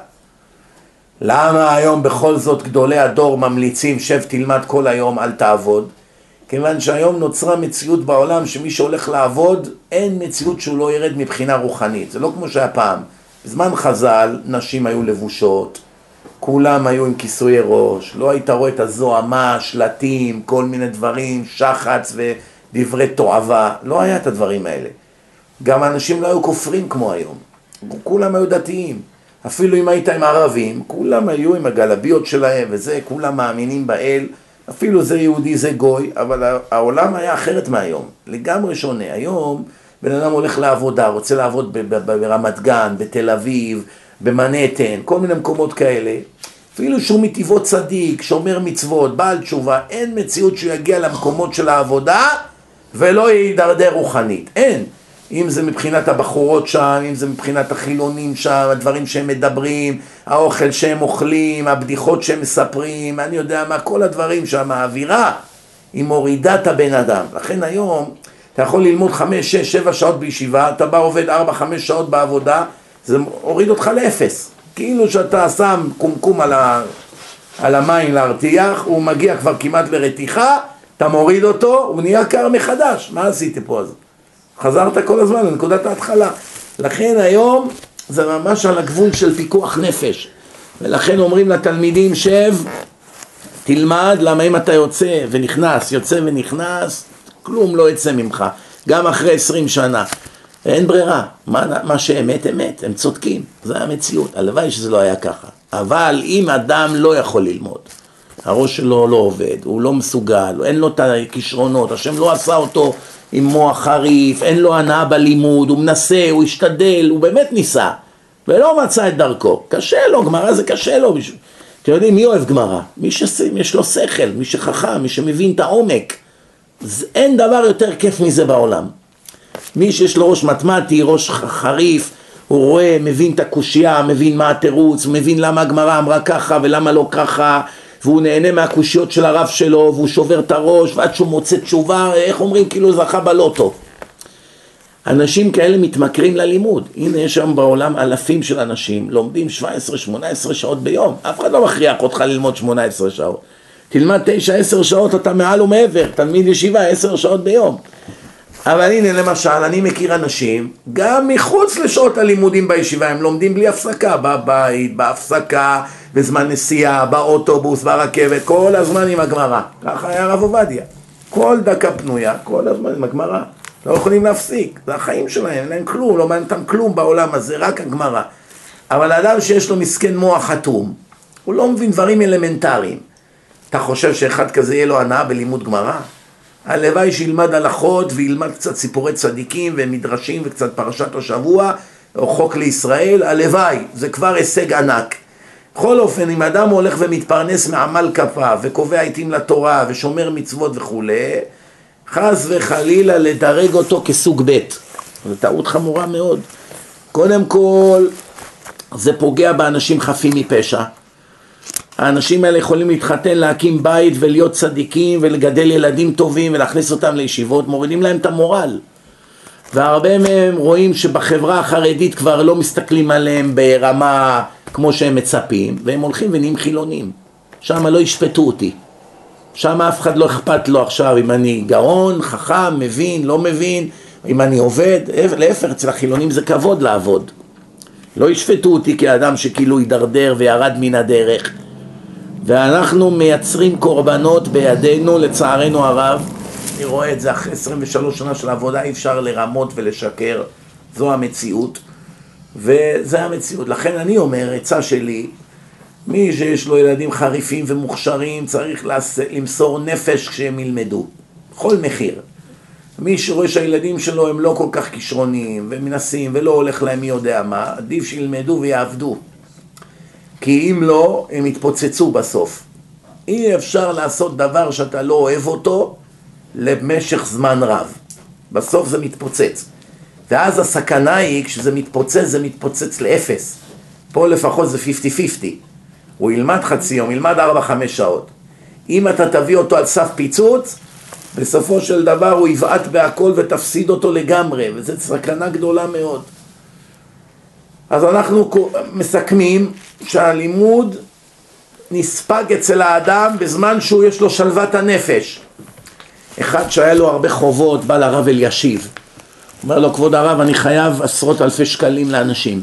למה היום בכל זאת גדולי הדור ממליצים שב תלמד כל היום אל תעבוד? כיוון שהיום נוצרה מציאות בעולם שמי שהולך לעבוד אין מציאות שהוא לא ירד מבחינה רוחנית. זה לא כמו שהיה פעם. בזמן חז"ל נשים היו לבושות, כולם היו עם כיסויי ראש, לא היית רואה את הזוהמה, שלטים, כל מיני דברים, שחץ ודברי תועבה, לא היה את הדברים האלה. גם האנשים לא היו כופרים כמו היום, כולם היו דתיים. אפילו אם היית עם ערבים, כולם היו עם הגלביות שלהם וזה, כולם מאמינים באל, אפילו זה יהודי, זה גוי, אבל העולם היה אחרת מהיום, לגמרי שונה. היום בן אדם הולך לעבודה, רוצה לעבוד ברמת גן, בתל אביב, במנהטן, כל מיני מקומות כאלה. אפילו שהוא מטבעו צדיק, שומר מצוות, בעל תשובה, אין מציאות שהוא יגיע למקומות של העבודה ולא יידרדר רוחנית. אין. אם זה מבחינת הבחורות שם, אם זה מבחינת החילונים שם, הדברים שהם מדברים, האוכל שהם אוכלים, הבדיחות שהם מספרים, אני יודע מה, כל הדברים שם, האווירה היא מורידה את הבן אדם. לכן היום אתה יכול ללמוד חמש, שש, שבע שעות בישיבה, אתה בא עובד ארבע, חמש שעות בעבודה, זה הוריד אותך לאפס. כאילו שאתה שם קומקום על, ה... על המים להרתיח, הוא מגיע כבר כמעט לרתיחה, אתה מוריד אותו, הוא נהיה קר מחדש. מה עשיתי פה אז? חזרת כל הזמן לנקודת ההתחלה. לכן היום זה ממש על הגבול של פיקוח נפש. ולכן אומרים לתלמידים שב, תלמד, למה אם אתה יוצא ונכנס, יוצא ונכנס, כלום לא יצא ממך, גם אחרי עשרים שנה. אין ברירה, מה, מה שאמת אמת, הם צודקים, זה המציאות, הלוואי שזה לא היה ככה. אבל אם אדם לא יכול ללמוד, הראש שלו לא עובד, הוא לא מסוגל, אין לו את הכישרונות, השם לא עשה אותו עם מוח חריף, אין לו הנאה בלימוד, הוא מנסה, הוא השתדל, הוא באמת ניסה, ולא מצא את דרכו. קשה לו, גמרא זה קשה לו. אתם יודעים, מי אוהב גמרא? מי שיש לו שכל, מי שחכם, מי שמבין את העומק. אין דבר יותר כיף מזה בעולם. מי שיש לו ראש מתמטי, ראש חריף, הוא רואה, מבין את הקושייה, מבין מה התירוץ, מבין למה הגמרא אמרה ככה ולמה לא ככה, והוא נהנה מהקושיות של הרב שלו, והוא שובר את הראש, ועד שהוא מוצא תשובה, איך אומרים, כאילו זכה בלוטו. אנשים כאלה מתמכרים ללימוד. הנה יש שם בעולם אלפים של אנשים, לומדים שבע עשרה שמונה עשרה שעות ביום. אף אחד לא מכריח אותך ללמוד שמונה עשרה שעות. תלמד תשע עשר שעות, אתה מעל ומעבר, תלמיד ישיבה עשר שעות ביום. אבל הנה למשל, אני מכיר אנשים, גם מחוץ לשעות הלימודים בישיבה, הם לומדים בלי הפסקה, בבית, בהפסקה, בזמן נסיעה, באוטובוס, ברכבת, כל הזמן עם הגמרא. ככה היה הרב עובדיה. כל דקה פנויה, כל הזמן עם הגמרא. לא יכולים להפסיק, זה החיים שלהם, אין להם כלום, לא מעניין אותם כלום בעולם הזה, רק הגמרא. אבל האדם שיש לו מסכן מוח חתום, הוא לא מבין דברים אלמנטריים. אתה חושב שאחד כזה יהיה לו הנאה בלימוד גמרא? הלוואי שילמד הלכות וילמד קצת סיפורי צדיקים ומדרשים וקצת פרשת השבוע או חוק לישראל, הלוואי, זה כבר הישג ענק. בכל אופן, אם אדם הולך ומתפרנס מעמל כפיו וקובע עיתים לתורה ושומר מצוות וכו', חס וחלילה לדרג אותו כסוג ב'. זו טעות חמורה מאוד. קודם כל, זה פוגע באנשים חפים מפשע. האנשים האלה יכולים להתחתן, להקים בית ולהיות צדיקים ולגדל ילדים טובים ולהכניס אותם לישיבות, מורידים להם את המורל. והרבה מהם רואים שבחברה החרדית כבר לא מסתכלים עליהם ברמה כמו שהם מצפים, והם הולכים ונהיים חילונים. שם לא ישפטו אותי. שם אף אחד לא אכפת לו עכשיו אם אני גאון, חכם, מבין, לא מבין, אם אני עובד. להפך, אצל החילונים זה כבוד לעבוד. לא ישפטו אותי כאדם שכאילו יידרדר וירד מן הדרך. ואנחנו מייצרים קורבנות בידינו, לצערנו הרב. אני רואה את זה אחרי עשרים ושלוש שנה של עבודה, אי אפשר לרמות ולשקר. זו המציאות. וזה המציאות. לכן אני אומר, עצה שלי, מי שיש לו ילדים חריפים ומוכשרים צריך למסור נפש כשהם ילמדו, בכל מחיר. מי שרואה שהילדים שלו הם לא כל כך כישרוניים ומנסים ולא הולך להם מי יודע מה, עדיף שילמדו ויעבדו. כי אם לא, הם יתפוצצו בסוף. אי אפשר לעשות דבר שאתה לא אוהב אותו למשך זמן רב. בסוף זה מתפוצץ. ואז הסכנה היא, כשזה מתפוצץ, זה מתפוצץ לאפס. פה לפחות זה חמישים חמישים. הוא ילמד חצי יום, ילמד ארבע חמש שעות. אם אתה תביא אותו על סף פיצוץ, בסופו של דבר הוא יבעט בהכל ותפסיד אותו לגמרי, וזו סכנה גדולה מאוד. אז אנחנו מסכמים שהלימוד נספג אצל האדם בזמן שהוא יש לו שלוות הנפש. אחד שהיה לו הרבה חובות, בא לרב אלישיב. אומר לו, כבוד הרב, אני חייב עשרות אלפי שקלים לאנשים.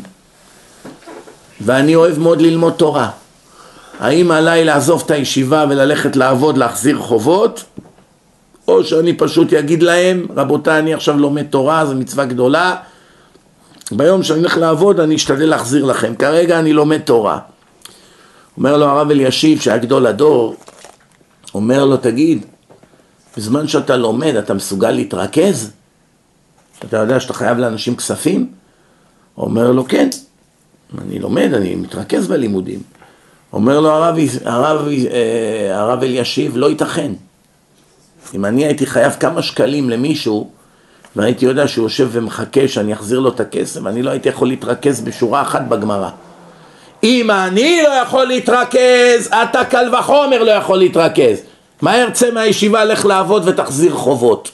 ואני אוהב מאוד ללמוד תורה. האם עליי לעזוב את הישיבה וללכת לעבוד, להחזיר חובות? או שאני פשוט אגיד להם, רבותיי, אני עכשיו לומד תורה, זו מצווה גדולה. ביום שאני הולך לעבוד, אני אשתדל להחזיר לכם. כרגע אני לומד תורה. אומר לו הרב אלישיב, שהיה גדול הדור, אומר לו, תגיד, בזמן שאתה לומד, אתה מסוגל להתרכז? אתה יודע שאתה חייב לאנשים כספים? אומר לו, כן. אני לומד, אני מתרכז בלימודים. אומר לו הרב, הרב, הרב אלישיב, לא ייתכן. אם אני הייתי חייב כמה שקלים למישהו, והייתי יודע שהוא יושב ומחכה שאני אחזיר לו את הכסף, אני לא הייתי יכול להתרכז בשורה אחת בגמרא. אם אני לא יכול להתרכז, אתה קל וחומר לא יכול להתרכז. מהר צא מהישיבה, לך לעבוד ותחזיר חובות.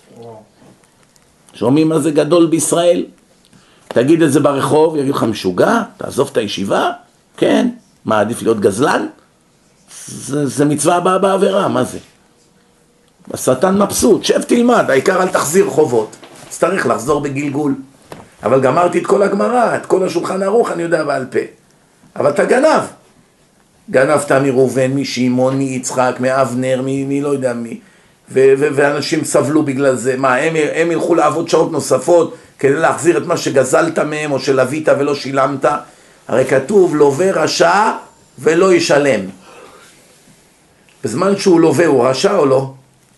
שומעים מה זה גדול בישראל? תגיד את זה ברחוב, יגיד לך משוגע, תעזוב את הישיבה? כן. מה, עדיף להיות גזלן? זה, זה מצווה הבאה בעבירה, מה זה? השטן מבסוט, שב תלמד, העיקר אל תחזיר חובות. צריך לחזור בגלגול. אבל גמרתי את כל הגמרא, את כל השולחן ערוך אני יודע בעל פה. אבל אתה גנב. גנבת מראובן, משמעון, מיצחק, מאבנר, מי, מי לא יודע מי, ו- ו- ואנשים סבלו בגלל זה. מה, הם, הם ילכו לעבוד שעות נוספות כדי להחזיר את מה שגזלת מהם או שלווית ולא שילמת? הרי כתוב לווה רשע ולא ישלם. בזמן שהוא לווה הוא רשע או לא?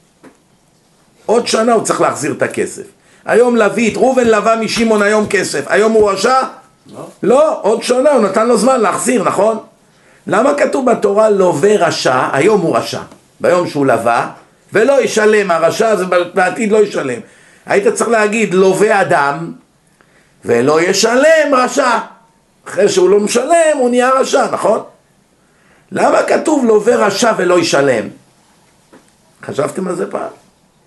עוד שנה הוא צריך להחזיר את הכסף. היום לווית, ראובן לווה משמעון היום כסף, היום הוא רשע? לא. לא, עוד שנה הוא נתן לו זמן להחזיר, נכון? למה כתוב בתורה לווה רשע? היום הוא רשע, ביום שהוא לווה, ולא ישלם. הרשע זה בעתיד לא ישלם. היית צריך להגיד לווה אדם ולא ישלם רשע. אחרי שהוא לא משלם הוא נהיה רשע, נכון? למה כתוב לווה רשע ולא ישלם? חשבתם על זה פעם?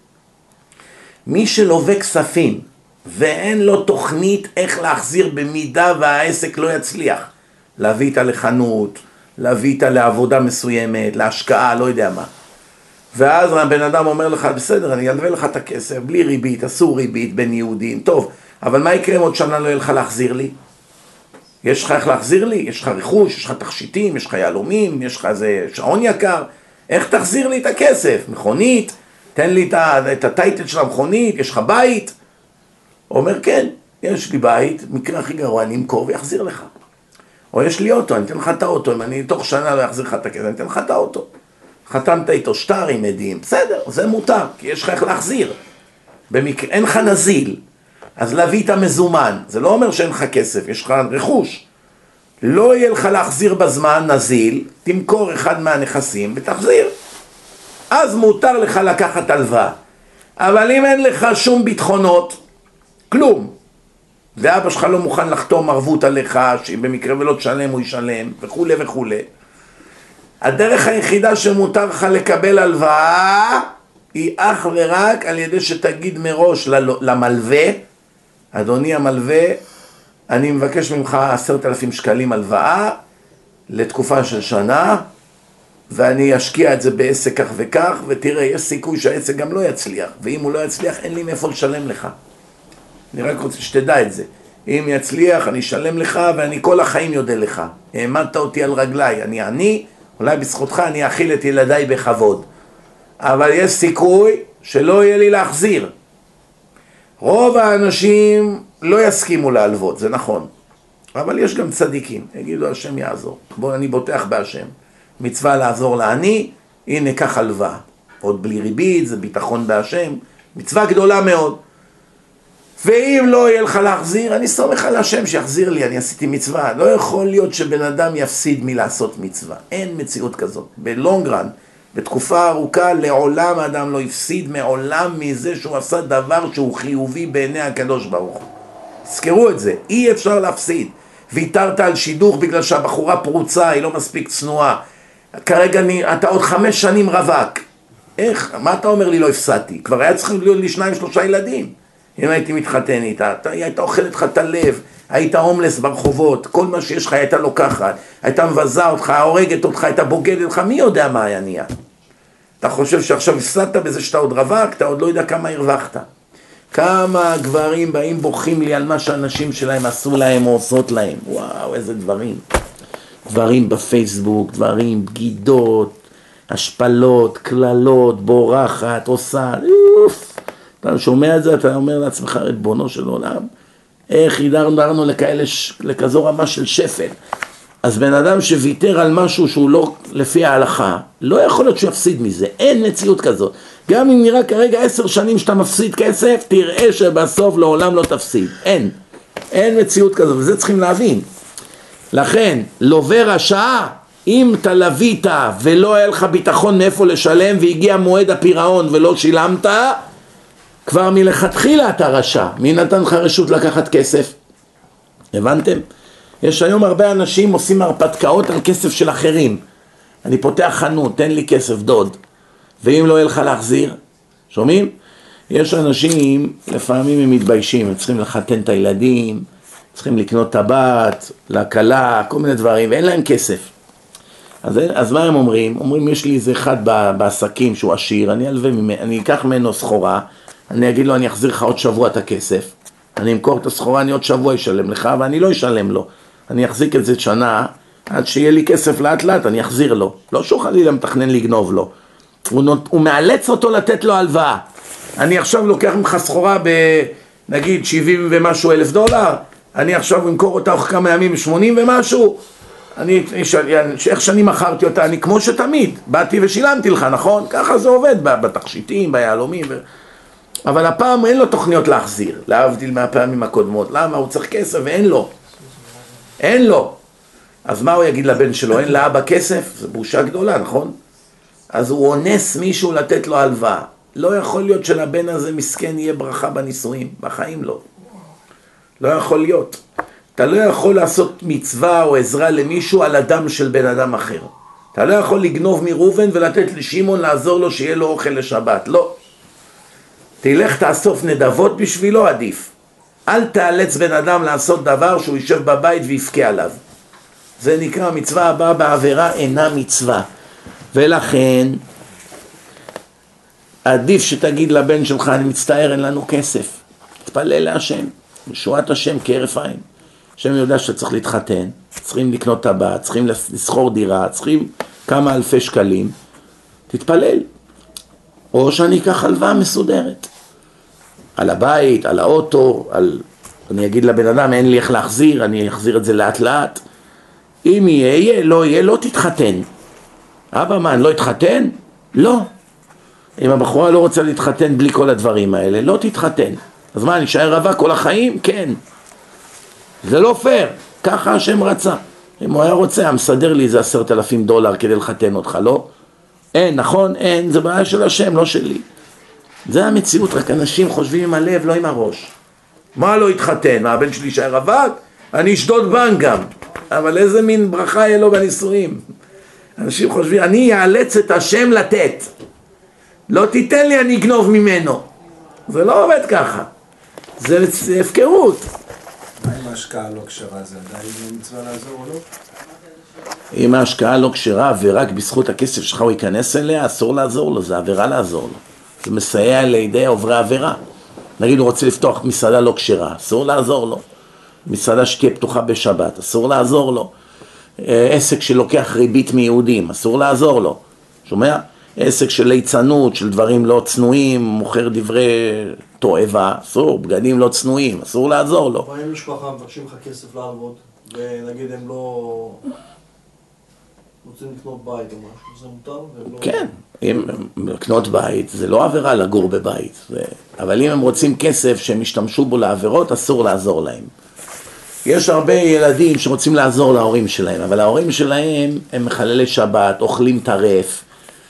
מי שלווה כספים ואין לו תוכנית איך להחזיר במידה והעסק לא יצליח, להביא איתה לחנות, להביא איתה לעבודה מסוימת, להשקעה, לא יודע מה, ואז הבן אדם אומר לך, בסדר, אני אלווה לך את הכסף בלי ריבית, אסור ריבית בין יהודים, טוב, אבל מה יקרה אם עוד שנה לא יהיה לך להחזיר לי? יש לך איך להחזיר לי? יש לך רכוש, יש לך תכשיטים, יש לך יהלומים, יש לך איזה שעון יקר, איך תחזיר לי את הכסף? מכונית? תן לי את, ה, את הטייטל של המכונית, יש לך בית? הוא אומר, כן, יש לי בית, מקרה הכי גרוע, אני אמכור ויחזיר לך. או יש לי אוטו, אני אתן לך את האוטו, אם אני תוך שנה לא יחזיר לך את הכסף, אני אתן לך את האוטו. חתמת איתו שטר עם עדים, בסדר, זה מותר, כי יש לך איך להחזיר. במקרה, אין לך נזיל, אז להביא את המזומן, זה לא אומר שאין לך כסף, יש לך רכוש. לא יהיה לך להחזיר בזמן נזיל, תמכור אחד מהנכסים ותחזיר. אז מותר לך לקחת הלוואה. אבל אם אין לך שום ביטחונות, כלום, ואבא שלך לא מוכן לחתום ערבות עליך, שאם במקרה ולא תשלם הוא ישלם, וכו' וכו', הדרך היחידה שמותר לך לקבל הלוואה, היא אך ורק על ידי שתגיד מראש למלווה, אדוני המלווה, אני מבקש ממך עשרת אלפים שקלים הלוואה, לתקופה של שנה, ואני אשקיע את זה בעסק כך וכך, ותראה, יש סיכוי שהעסק גם לא יצליח, ואם הוא לא יצליח, אין לי מאיפה לשלם לך. אני רק רוצה שתדע את זה. אם יצליח, אני אשלם לך, ואני כל החיים יודע לך. העמדת אותי על רגליי, אני עני, אולי בזכותך אני אכיל את ילדיי בכבוד. אבל יש סיכוי שלא יהיה לי להחזיר. רוב האנשים לא יסכימו להלוות, זה נכון. אבל יש גם צדיקים, יגידו, השם יעזור. בוא, אני בוטח בהשם. מצווה לעזור לעני, הנה כך הלוואה. עוד בלי ריבית, זה ביטחון בהשם. מצווה גדולה מאוד. ואם לא יהיה לך להחזיר, אני סומך על השם שיחזיר לי, אני עשיתי מצווה. לא יכול להיות שבן אדם יפסיד מלעשות מצווה. אין מציאות כזאת. בלונגרן, בתקופה ארוכה, לעולם האדם לא יפסיד מעולם מזה שהוא עשה דבר שהוא חיובי בעיני הקדוש ברוך הוא. תזכרו את זה, אי אפשר להפסיד. ויתרת על שידוך בגלל שהבחורה פרוצה, היא לא מספיק צנועה. כרגע אני, אתה עוד חמש שנים רווק. איך? מה אתה אומר לי לא הפסדתי? כבר היה צריך להיות לי שניים שלושה ילדים. אם הייתי מתחתן איתה, אתה, היא הייתה אוכלת לך את הלב, היית הומלס ברחובות, כל מה שיש לך הייתה לוקחת, הייתה מבזה אותך, הורגת אותך, הייתה בוגדת אותך, מי יודע מה היה נהיה? אתה חושב שעכשיו הפסדת בזה שאתה עוד רווק, אתה עוד לא יודע כמה הרווחת. כמה גברים באים בוכים לי על מה שאנשים שלהם עשו להם או עושות להם. וואו, איזה דברים. דברים בפייסבוק, דברים, בגידות, השפלות, כללות, בורחת, עושה, אוף. אתה שומע את זה, אתה אומר לעצמך, ריבונו של עולם, איך הידרדרנו לכאלה, לכזו רמה של שפל. אז בן אדם שוויתר על משהו שהוא לא לפי ההלכה, לא יכול להיות שהוא יפסיד מזה, אין מציאות כזאת. גם אם נראה כרגע עשר שנים שאתה מפסיד כסף, תראה שבסוף לעולם לא תפסיד. אין, אין מציאות כזאת, וזה צריכים להבין. לכן, לווה רשע, אם אתה לווית ולא היה לך ביטחון מאיפה לשלם, והגיע מועד הפירעון ולא שילמת, כבר מלכתחילה אתה רשע. מי נתן לך רשות לקחת כסף? הבנתם? יש היום הרבה אנשים עושים הרפתקאות על כסף של אחרים. אני פותח חנות, תן לי כסף דוד. ואם לא יהיה לך להחזיר, שומעים? יש אנשים, לפעמים הם מתביישים, הם צריכים לחתן את הילדים, צריכים לקנות טבעת, להקלה, כל מיני דברים, ואין להם כסף. אז, אז מה הם אומרים? אומרים, יש לי איזה אחד בעסקים שהוא עשיר, אני אלווה ממנו, אני אקח ממנו סחורה, אני אגיד לו, אני אחזיר לך עוד שבוע את הכסף, אני אמכור את הסחורה, אני עוד שבוע אשלם לך, ואני לא אשלם לו. אני אחזיק את זה שנה, עד שיהיה לי כסף לאט לאט אני אחזיר לו, לא שהוא חלילה מתכנן לגנוב לו, הוא, נות... הוא מאלץ אותו לתת לו הלוואה. אני עכשיו לוקח ממך סחורה בנגיד שבעים ומשהו אלף דולר, אני עכשיו אמכור אותה אחרי כמה ימים שמונים ומשהו, אני, איך שאני מכרתי אותה, אני כמו שתמיד, באתי ושילמתי לך, נכון? ככה זה עובד בתכשיטים, ביהלומים, ו... אבל הפעם אין לו תוכניות להחזיר, להבדיל מהפעמים הקודמות. למה? הוא צריך כסף ואין לו. אין לו. אז מה הוא יגיד לבן שלו? אין לאבא כסף? זה בושה גדולה, נכון? אז הוא אונס מישהו לתת לו הלוואה. לא יכול להיות שלבן הזה מסכן יהיה ברכה בנישואים, בחיים לא. לא יכול להיות. אתה לא יכול לעשות מצווה או עזרה למישהו על אדם של בן אדם אחר. אתה לא יכול לגנוב מרובן ולתת לשמעון לעזור לו שיהיה לו אוכל לשבת. לא. תלך תאסוף נדבות בשבילו, עדיף. אל תאלץ בן אדם לעשות דבר שהוא יישב בבית ויפקע עליו. זה נקרא מצווה הבאה בעבירה אינה מצווה. ולכן עדיף שתגיד לבן שלך, אני מצטער, אין לנו כסף. תתפלל להשם, ישועת השם כהרף עין. השם יודע שאתה צריך להתחתן, צריכים לקנות טבעת, צריכים לסחור דירה, צריכים כמה אלפי שקלים. תתפלל. או שאני אקח הלוואה מסודרת. על הבית, על האוטו, על... אני אגיד לבן אדם, אין לי איך להחזיר, אני אחזיר את זה לאט לאט. אם יהיה, יהיה, לא יהיה, לא תתחתן. אבא, מה, אני לא התחתן? לא. אם הבחורה לא רוצה להתחתן בלי כל הדברים האלה, לא תתחתן. אז מה, אני אשאר רווק כל החיים? כן. זה לא פייר. ככה השם רצה. אם הוא היה רוצה, המסדר לי איזה עשרת אלפים דולר כדי לחתן אותך, לא? אין, נכון? אין, זה בעיה של השם, לא שלי. זה המציאות, רק אנשים חושבים עם הלב, לא עם הראש. מה לא התחתן? מה, הבן שלי יישאר רווק? אני אשדוד בנק גם. אבל איזה מין ברכה יהיה לו בנישואים? אנשים חושבים, אני יאלץ את השם לתת. לא תיתן לי, אני אגנוב ממנו. זה לא עובד ככה. זה, זה הפקרות. מה אם ההשקעה לא כשרה? זה עדיין מצווה לעזור או לא? אם ההשקעה לא כשרה ורק בזכות הכסף שלך הוא ייכנס אליה, אסור לעזור לו, זה עבירה לעזור לו. זה מסייע לידי עוברי עבירה. נגיד הוא רוצה לפתוח מסעדה לא כשרה, אסור לעזור לו. מסעדה שתהיה פתוחה בשבת, אסור לעזור לו. עסק שלוקח ריבית מיהודים, אסור לעזור לו. שומע? עסק של ליצנות, של דברים לא צנועים, מוכר דברי תועבה, אסור, בגדים לא צנועים, אסור לעזור לו. מה אם משפחה מבקשים לך כסף להלוות, ונגיד הם לא רוצים לקנות בית או משהו, זה מותר? ולא... כן, אם לקנות בית, זה לא עבירה לגור בבית, זה... אבל אם הם רוצים כסף שהם ישתמשו בו לעבירות, אסור לעזור להם. יש הרבה ילדים שרוצים לעזור להורים שלהם, אבל ההורים שלהם הם מחללי שבת, אוכלים טרף,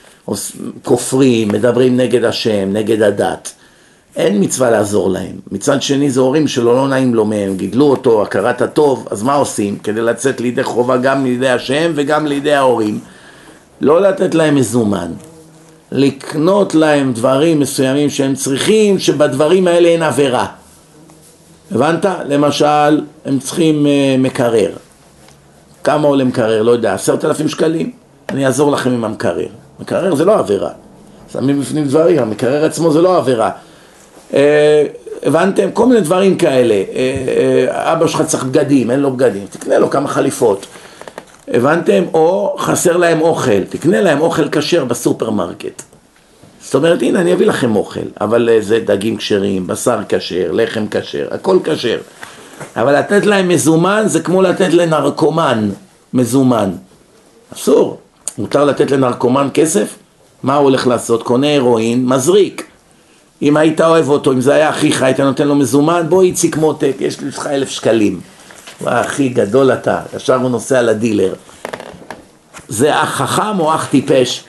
כופרים, מדברים נגד השם, נגד הדת. אין מצווה לעזור להם. מצד שני זה הורים שלא לא נעים לו מהם, גידלו אותו, הכרת הטוב, אז מה עושים? כדי לצאת לידי חובה גם לידי השם וגם לידי ההורים. לא לתת להם מזומן. לקנות להם דברים מסוימים שהם צריכים, שבדברים האלה אין עבירה. הבנת? למשל, הם צריכים uh, מקרר. כמה עולה מקרר? לא יודע, עשרת אלפים שקלים. אני אעזור לכם עם המקרר. מקרר זה לא עבירה. שמים בפנים דברים, המקרר עצמו זה לא עבירה. Uh, הבנתם? כל מיני דברים כאלה. Uh, uh, אבא שלך צריך בגדים, אין לו בגדים. תקנה לו כמה חליפות. הבנתם? או חסר להם אוכל. תקנה להם אוכל כשר בסופרמרקט. זאת אומרת, הנה, אני אביא לכם אוכל, אבל זה דגים כשרים, בשר כשר, לחם כשר, הכל כשר. אבל לתת להם מזומן זה כמו לתת לנרקומן מזומן. אסור. מותר לתת לנרקומן כסף? מה הוא הולך לעשות? קונה הרואין, מזריק. אם היית אוהב אותו, אם זה היה אחיך, היית נותן לו מזומן, בוא יציק מותק, יש לי לך אלף שקלים. וואה, אחי גדול אתה, ישר הוא נוסע לדילר. זה אח חכם או אח טיפש?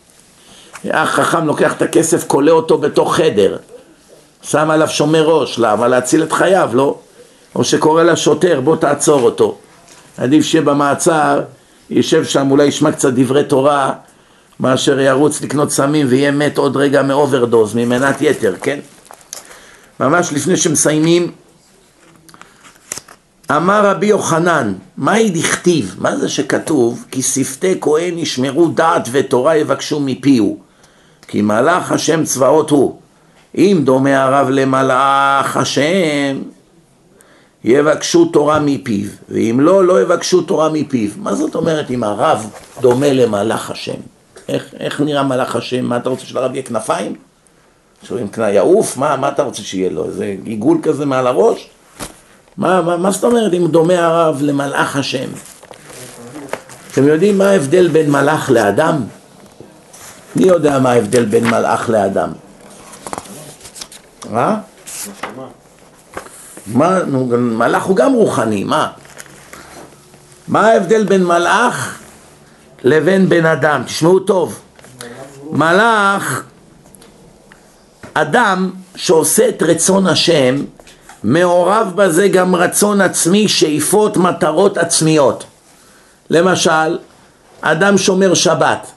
אח חכם לוקח את הכסף, קולה אותו בתוך חדר, שם עליו שומר ראש, למה? להציל את חייו, לא? או שקורא לשוטר, בוא תעצור אותו. עדיף שבמעצר יישב שם, אולי ישמע קצת דברי תורה, מאשר ירוץ לקנות סמים ויהיה מת עוד רגע מאוברדוז, ממנת יתר, כן? ממש לפני שמסיימים, אמר רבי יוחנן, מהי דכתיב? מה זה שכתוב? כי שפתי כהן ישמרו דעת ותורה יבקשו מפיהו, כי מלאך השם צבאות הוא. אם דומה הרב למלאך השם, יבקשו תורה מפיו, ואם לא, לא יבקשו תורה מפיו. מה זאת אומרת אם הרב דומה למלאך השם? איך, איך נראה מלאך השם? מה אתה רוצה שלרב יהיה כנפיים? שרואים כנף יעוף? מה, מה אתה רוצה שיהיה לו? איזה עיגול כזה מעל הראש? מה, מה, מה זאת אומרת אם דומה הרב למלאך השם? אתם יודעים מה ההבדל בין מלאך לאדם? מי יודע מה ההבדל בין מלאך לאדם? מה? מה? מלאך הוא גם רוחני, מה? מה ההבדל בין מלאך לבין בן אדם? תשמעו טוב. מלאך, אדם שעושה את רצון השם, מעורב בזה גם רצון עצמי, שאיפות, מטרות עצמיות. למשל, אדם שומר שבת.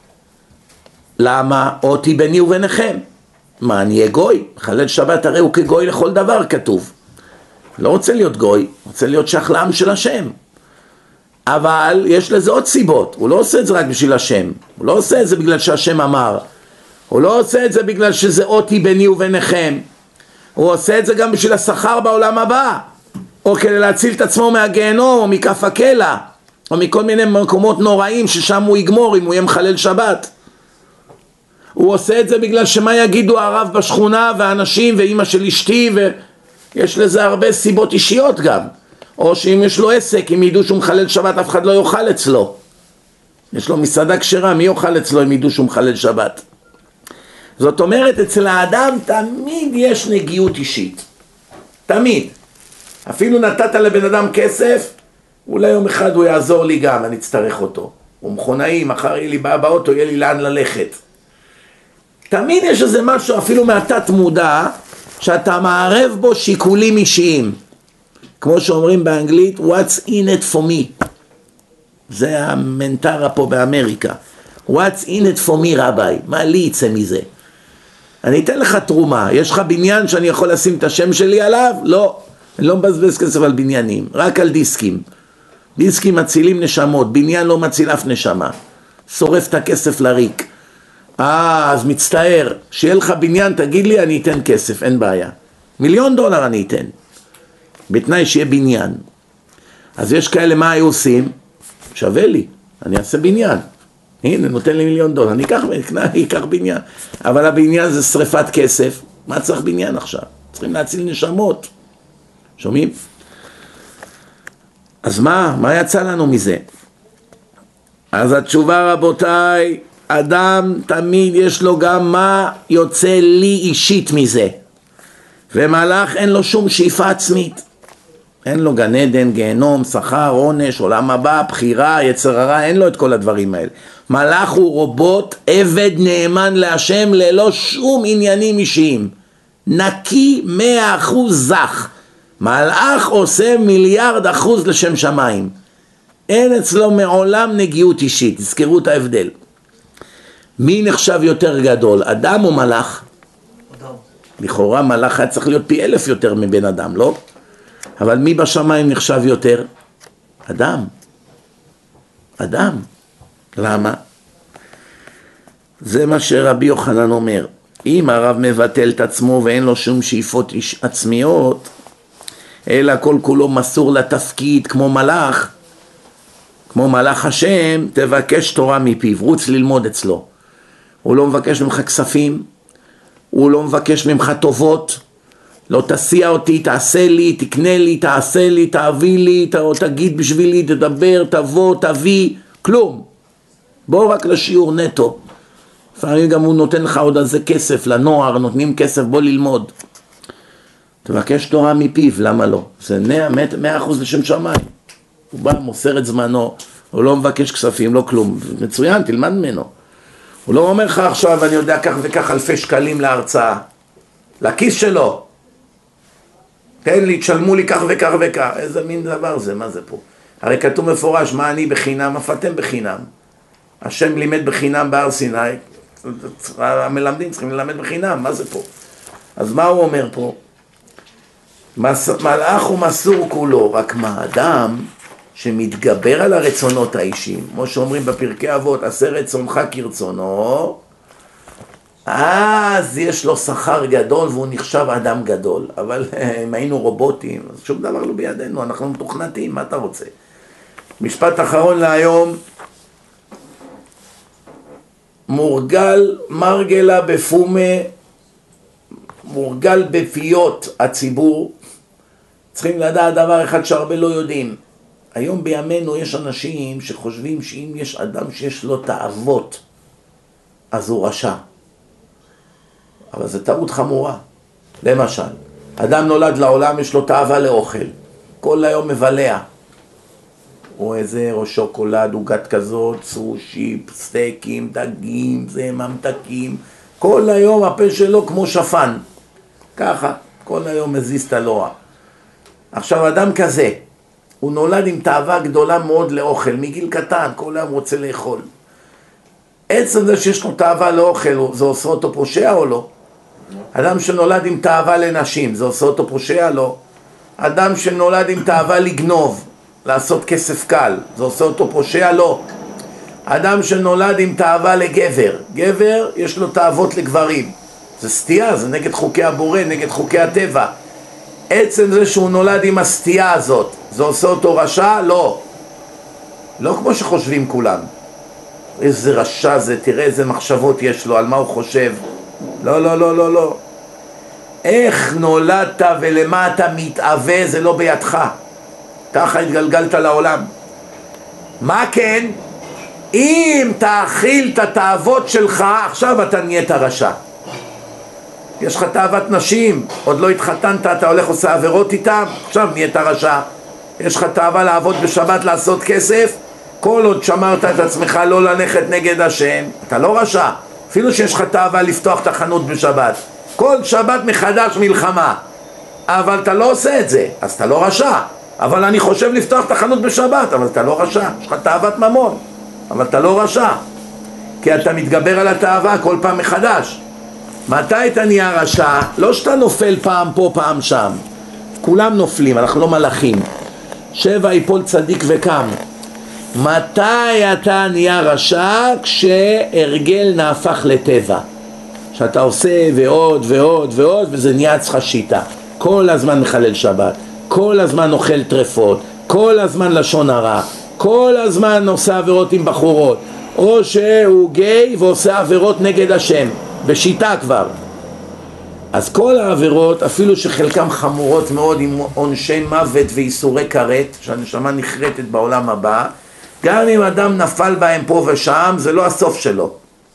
למה? אותי ביני וביניכם. מה, אני אהיה גוי? חלל שבת הרי הוא כגוי לכל דבר כתוב. לא רוצה להיות גוי, רוצה להיות שייך לעם של השם. אבל יש לזה עוד סיבות. הוא לא עושה את זה רק בשביל השם. הוא לא עושה את זה בגלל שהשם אמר. הוא לא עושה את זה בגלל שזה אותי ביני וביניכם. הוא עושה את זה גם בשביל השכר בעולם הבא. או כדי להציל את עצמו מהגיהנום, או מכף הקלע. או מכל מיני מקומות נוראים ששם הוא יגמור אם הוא יהיה מחלל שבת. הוא עושה את זה בגלל שמה יגידו הרב בשכונה והאנשים ואמא של אשתי, ויש לזה הרבה סיבות אישיות גם. או שאם יש לו עסק, אם ידעו שהוא מחלל שבת אף אחד לא יאכל אצלו. יש לו מסעדה כשרה, מי יאכל אצלו אם ידעו שהוא מחלל שבת? זאת אומרת, אצל האדם תמיד יש נגיעות אישית. תמיד. אפילו נתת לבן אדם כסף, אולי יום אחד הוא יעזור לי גם, אני אצטרך אותו. הוא מכונאי, מחר יהיה לי בא באוטו, יהיה לי לאן ללכת. תמיד יש איזה משהו, אפילו מהתת מודע, שאתה מערב בו שיקולים אישיים. כמו שאומרים באנגלית, what's in it for me. זה המנטרה פה באמריקה. what's in it for me רבי, מה לי יצא מזה? אני אתן לך תרומה, יש לך בניין שאני יכול לשים את השם שלי עליו? לא, אני לא מבזבז כסף על בניינים, רק על דיסקים. דיסקים מצילים נשמות, בניין לא מציל אף נשמה. שורף את הכסף לריק. אה, אז מצטער, שיהיה לך בניין, תגיד לי, אני אתן כסף, אין בעיה. מיליון דולר אני אתן. בתנאי שיהיה בניין. אז יש כאלה, מה היו עושים? שווה לי, אני אעשה בניין. הנה, נותן לי מיליון דולר, אני אקח, אני אקח בניין. אבל הבניין זה שריפת כסף. מה צריך בניין עכשיו? צריכים להציל נשמות. שומעים? אז מה? מה יצא לנו מזה? אז התשובה רבותיי, אדם תמיד יש לו גם מה יוצא לי אישית מזה. ומלאך אין לו שום שאיפה עצמית. אין לו גן עדן, גיהנום, שכר, עונש, עולם הבא, בחירה, יצר הרע, אין לו את כל הדברים האלה. מלאך הוא רובוט, עבד נאמן להשם ללא שום עניינים אישיים. נקי מאה אחוז זך. מלאך עושה מיליארד אחוז לשם שמיים. אין אצלו מעולם נגיעות אישית, תזכרו את ההבדל. מי נחשב יותר גדול, אדם או מלאך? אדם. לכאורה מלאך היה צריך להיות פי אלף יותר מבן אדם, לא? אבל מי בשמיים נחשב יותר? אדם. אדם. למה? זה מה שרבי יוחנן אומר. אם הרב מבטל את עצמו ואין לו שום שאיפות עצמיות, אלא כל כולו מסור לתפקיד כמו מלאך, כמו מלאך השם, תבקש תורה מפיו, רוץ ללמוד אצלו. הוא לא מבקש ממך כספים, הוא לא מבקש ממך טובות, לא תסיע אותי, תעשה לי, תקנה לי, תעשה לי, תביא לי, תגיד בשבילי, תדבר, תבוא, תביא, כלום. בוא רק לשיעור נטו. לפעמים גם הוא נותן לך עוד איזה כסף, לנוער נותנים כסף, בוא ללמוד. תבקש תורה מפיו, למה לא? זה מאה אחוז לשם שמיים. הוא בא, מוסר את זמנו, הוא לא מבקש כספים, לא כלום. מצוין, תלמד ממנו. הוא לא אומר לך עכשיו, אני יודע כך וכך אלפי שקלים להרצאה. לכיס שלו. תן לי, תשלמו לי כך וכך וכך. איזה מין דבר זה, מה זה פה? הרי כתוב מפורש, מה אני בחינם, אף אתם בחינם. השם לימד בחינם בהר סיני, המלמדים צריכים ללמד בחינם, מה זה פה? אז מה הוא אומר פה? מלאך הוא מסור כולו, רק מה אדם שמתגבר על הרצונות האישיים, כמו שאומרים בפרקי אבות, עשה רצונך כרצונו, אז יש לו שכר גדול והוא נחשב אדם גדול. אבל אם היינו רובוטים, אז שום דבר לא בידינו, אנחנו מתוכנתים, מה אתה רוצה? משפט אחרון להיום, מורגל מרגלה בפומה, מורגל בפיות הציבור, צריכים לדעת דבר אחד שהרבה לא יודעים. היום בימינו יש אנשים שחושבים שאם יש אדם שיש לו תאוות, אז הוא רשע. אבל זו טעות חמורה. למשל, אדם נולד לעולם, יש לו תאווה לאוכל. כל היום מבלע. או איזה, או שוקולד, עוגת כזאת, סושי, סטייקים, דגים, זה ממתקים. כל היום הפה שלו כמו שפן. ככה, כל היום מזיז את הלוע. עכשיו, אדם כזה, הוא נולד עם תאווה גדולה מאוד לאוכל, מגיל קטן, כל היום רוצה לאכול. עצם זה שיש לו תאווה לאוכל, זה עושה אותו פושע או לא? אדם שנולד עם תאווה לנשים, זה עושה אותו פושע? לא. אדם שנולד עם תאווה לגנוב, לעשות כסף קל, זה עושה אותו פושע? לא. אדם שנולד עם תאווה לגבר, גבר יש לו תאוות לגברים, זה סטייה, זה נגד חוקי הבורא, נגד חוקי הטבע. עצם זה שהוא נולד עם הסטייה הזאת, זה עושה אותו רשע? לא. לא כמו שחושבים כולם. איזה רשע זה, תראה איזה מחשבות יש לו, על מה הוא חושב. לא, לא, לא, לא, לא. איך נולדת ולמה אתה מתאווה, זה לא בידך. ככה התגלגלת לעולם. מה כן? אם תאכיל את התאוות שלך, עכשיו אתה נהיית רשע. יש לך תאוות נשים, עוד לא התחתנת, אתה הולך עושה עבירות איתם, עכשיו נהיית רשע. יש לך תאווה לעבוד בשבת, לעשות כסף, כל עוד שמרת את עצמך לא ללכת נגד השם, אתה לא רשע. אפילו שיש לך תאווה לפתוח את החנות בשבת, כל שבת מחדש מלחמה, אבל אתה לא עושה את זה, אז אתה לא רשע. אבל אני חושב לפתוח את החנות בשבת, אבל אתה לא רשע. יש לך תאוות ממון, אבל אתה לא רשע, כי אתה מתגבר על התאווה כל פעם מחדש. מתי אתה נהיה רשע? לא שאתה נופל פעם פה פעם שם, כולם נופלים, אנחנו לא מלאכים. שבע יפול צדיק וקם. מתי אתה נהיה רשע? כשהרגל נהפך לטבע, שאתה עושה ועוד ועוד ועוד, וזה נהיה אצלך שיטה. כל הזמן מחלל שבת, כל הזמן אוכל טרפות, כל הזמן לשון הרע, כל הזמן עושה עבירות עם בחורות, או שהוא גיי ועושה עבירות נגד השם, בשיטה כבר. אז כל העבירות, אפילו שחלקם חמורות מאוד עם עונשי מוות ואיסורי כרת, שהנשמה נחרטת בעולם הבא, גם אם אדם נפל בהם פה ושם, זה לא הסוף שלו.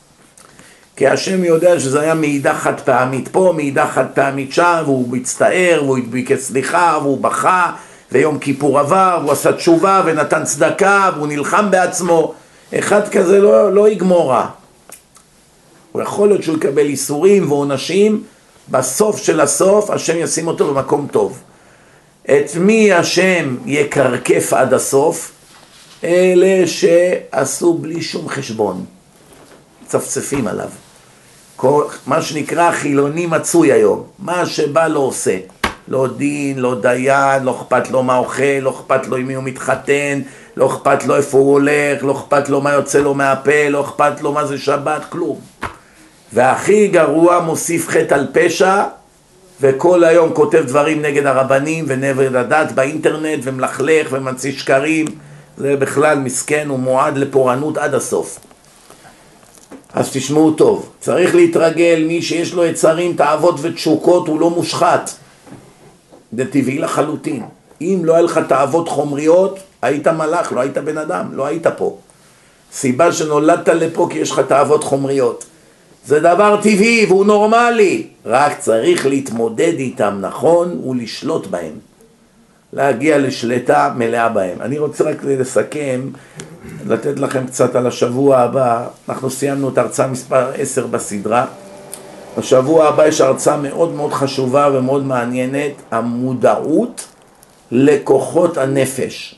כי השם יודע שזה היה מעידה חד פעמית פה, מעידה חד פעמית שם, והוא מצטער, והוא ביקש סליחה, והוא בכה, ויום כיפור עבר, והוא עשה תשובה ונתן צדקה, והוא נלחם בעצמו. אחד כזה לא, לא יגמור רע. הוא יכול להיות שהוא יקבל איסורים ועונשים, בסוף של הסוף השם ישים אותו במקום טוב. את מי השם יקרקף עד הסוף? אלה שעשו בלי שום חשבון, צפצפים עליו. כל, מה שנקרא חילוני מצוי היום, מה שבא לא עושה, לא דין, לא דיין, לא אכפת לו מה אוכל, לא אכפת לו עם מי הוא מתחתן, לא אכפת לו איפה הוא הולך, לא אכפת לו מה יוצא לו מהפה, לא אכפת לו מה זה שבת, כלום. והכי גרוע מוסיף חטא על פשע, וכל היום כותב דברים נגד הרבנים ונגד הדת באינטרנט, ומלכלך ומציא שקרים. זה בכלל מסכן, הוא מועד לפורענות עד הסוף. אז תשמעו טוב, צריך להתרגל, מי שיש לו יצרים, תאוות ותשוקות, הוא לא מושחת. זה טבעי לחלוטין. אם לא היה לך תאוות חומריות, היית מלאך, לא היית בן אדם, לא היית פה. סיבה שנולדת לפה כי יש לך תאוות חומריות. זה דבר טבעי והוא נורמלי, רק צריך להתמודד איתם נכון ולשלוט בהם. להגיע לשלטה מלאה בהם. אני רוצה רק לסכם, לתת לכם קצת על השבוע הבא. אנחנו סיימנו את הרצאה מספר עשר בסדרה. בשבוע הבא יש הרצאה מאוד מאוד חשובה ומאוד מעניינת, המודעות לכוחות הנפש.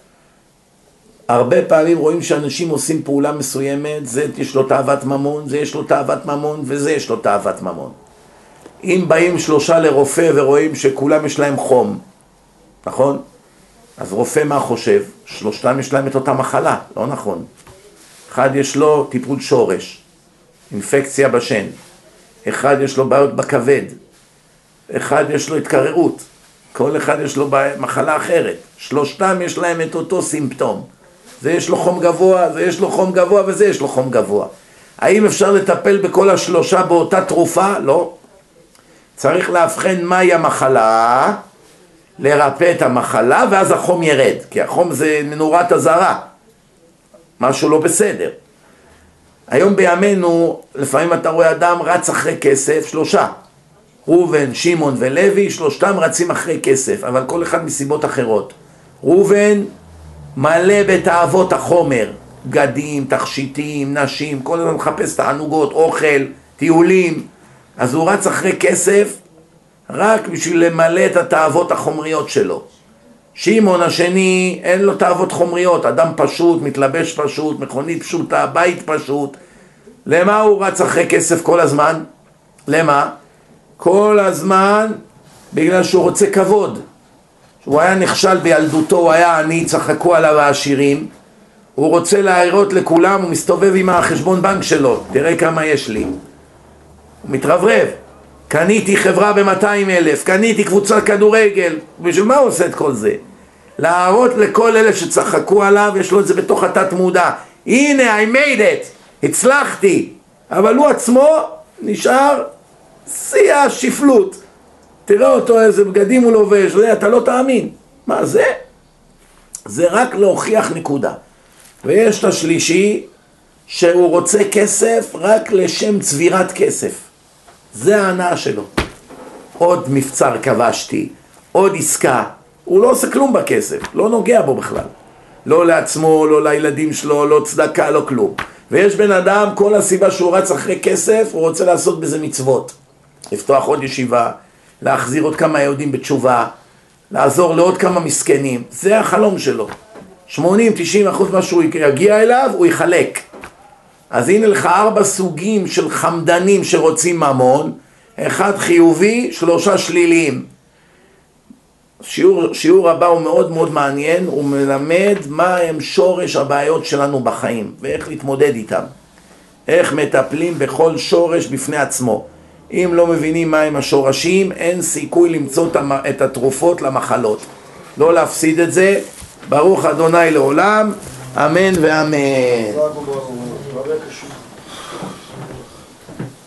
הרבה פעמים רואים שאנשים עושים פעולה מסוימת, זה יש לו תאוות ממון, זה יש לו תאוות ממון וזה יש לו תאוות ממון. אם באים שלושה לרופא ורואים שכולם יש להם חום, נכון? אז רופא מה חושב? שלושתם יש להם את אותה מחלה, לא נכון. אחד יש לו טיפול שורש, אינפקציה בשן. אחד יש לו בעיות בכבד, אחד יש לו התקררות, כל אחד יש לו מחלה אחרת, שלושתם יש להם את אותו סימפטום. זה יש לו חום גבוה, זה יש לו חום גבוה וזה יש לו חום גבוה. האם אפשר לטפל בכל השלושה באותה תרופה? לא. צריך להבחן מהי המחלה, לרפא את המחלה ואז החום ירד, כי החום זה נורת אזהרה, משהו לא בסדר. היום בימינו לפעמים אתה רואה אדם רץ אחרי כסף, שלושה, ראובן, שמעון ולוי, שלושתם רצים אחרי כסף, אבל כל אחד מסיבות אחרות. ראובן מלא בתאוות החומר, בגדים, תכשיטים, נשים, כל הזמן מחפש תענוגות, אוכל, טיולים, אז הוא רץ אחרי כסף רק בשביל למלא את התאוות החומריות שלו. שמעון השני אין לו תאוות חומריות, אדם פשוט, מתלבש פשוט, מכונית פשוטה, בית פשוט. למה הוא רץ אחרי כסף כל הזמן? למה? כל הזמן בגלל שהוא רוצה כבוד. הוא היה נכשל בילדותו, הוא היה עני, צחקו עליו העשירים, הוא רוצה להראות לכולם, הוא מסתובב עם החשבון בנק שלו, תראה כמה יש לי. הוא מתרברב, קניתי חברה ב-מאתיים אלף, קניתי קבוצת כדורגל. בשביל מה הוא עושה את כל זה? להראות לכל אלה שצחקו עליו, יש לו את זה בתוך התת מודע. הנה, I made it, הצלחתי. אבל הוא עצמו נשאר שיא השפלות. תראה אותו, איזה בגדים הוא לובש, אתה לא תאמין. מה זה? זה רק להוכיח נקודה. ויש את השלישי שהוא רוצה כסף רק לשם צבירת כסף. זה ההנאה שלו. עוד מבצר כבשתי, עוד עסקה. הוא לא עושה כלום בכסף, לא נוגע בו בכלל. לא לעצמו, לא לילדים שלו, לא צדקה, לא כלום. ויש בן אדם, כל הסיבה שהוא רץ אחרי כסף, הוא רוצה לעשות בזה מצוות. לפתוח עוד ישיבה, להחזיר עוד כמה יהודים בתשובה, לעזור לעוד כמה מסכנים. זה החלום שלו. שמונים תשעים אחוז מה שהוא יגיע אליו, הוא יחלק. אז הנה לך ארבע סוגים של חמדנים שרוצים ממון, אחד חיובי, שלושה שליליים. שיעור, שיעור הבא הוא מאוד מאוד מעניין, הוא מלמד מה הם שורש הבעיות שלנו בחיים, ואיך להתמודד איתם. איך מטפלים בכל שורש בפני עצמו. אם לא מבינים מה הם השורשים, אין סיכוי למצוא את התרופות למחלות. לא להפסיד את זה. ברוך אדוני לעולם, אמן ואמן.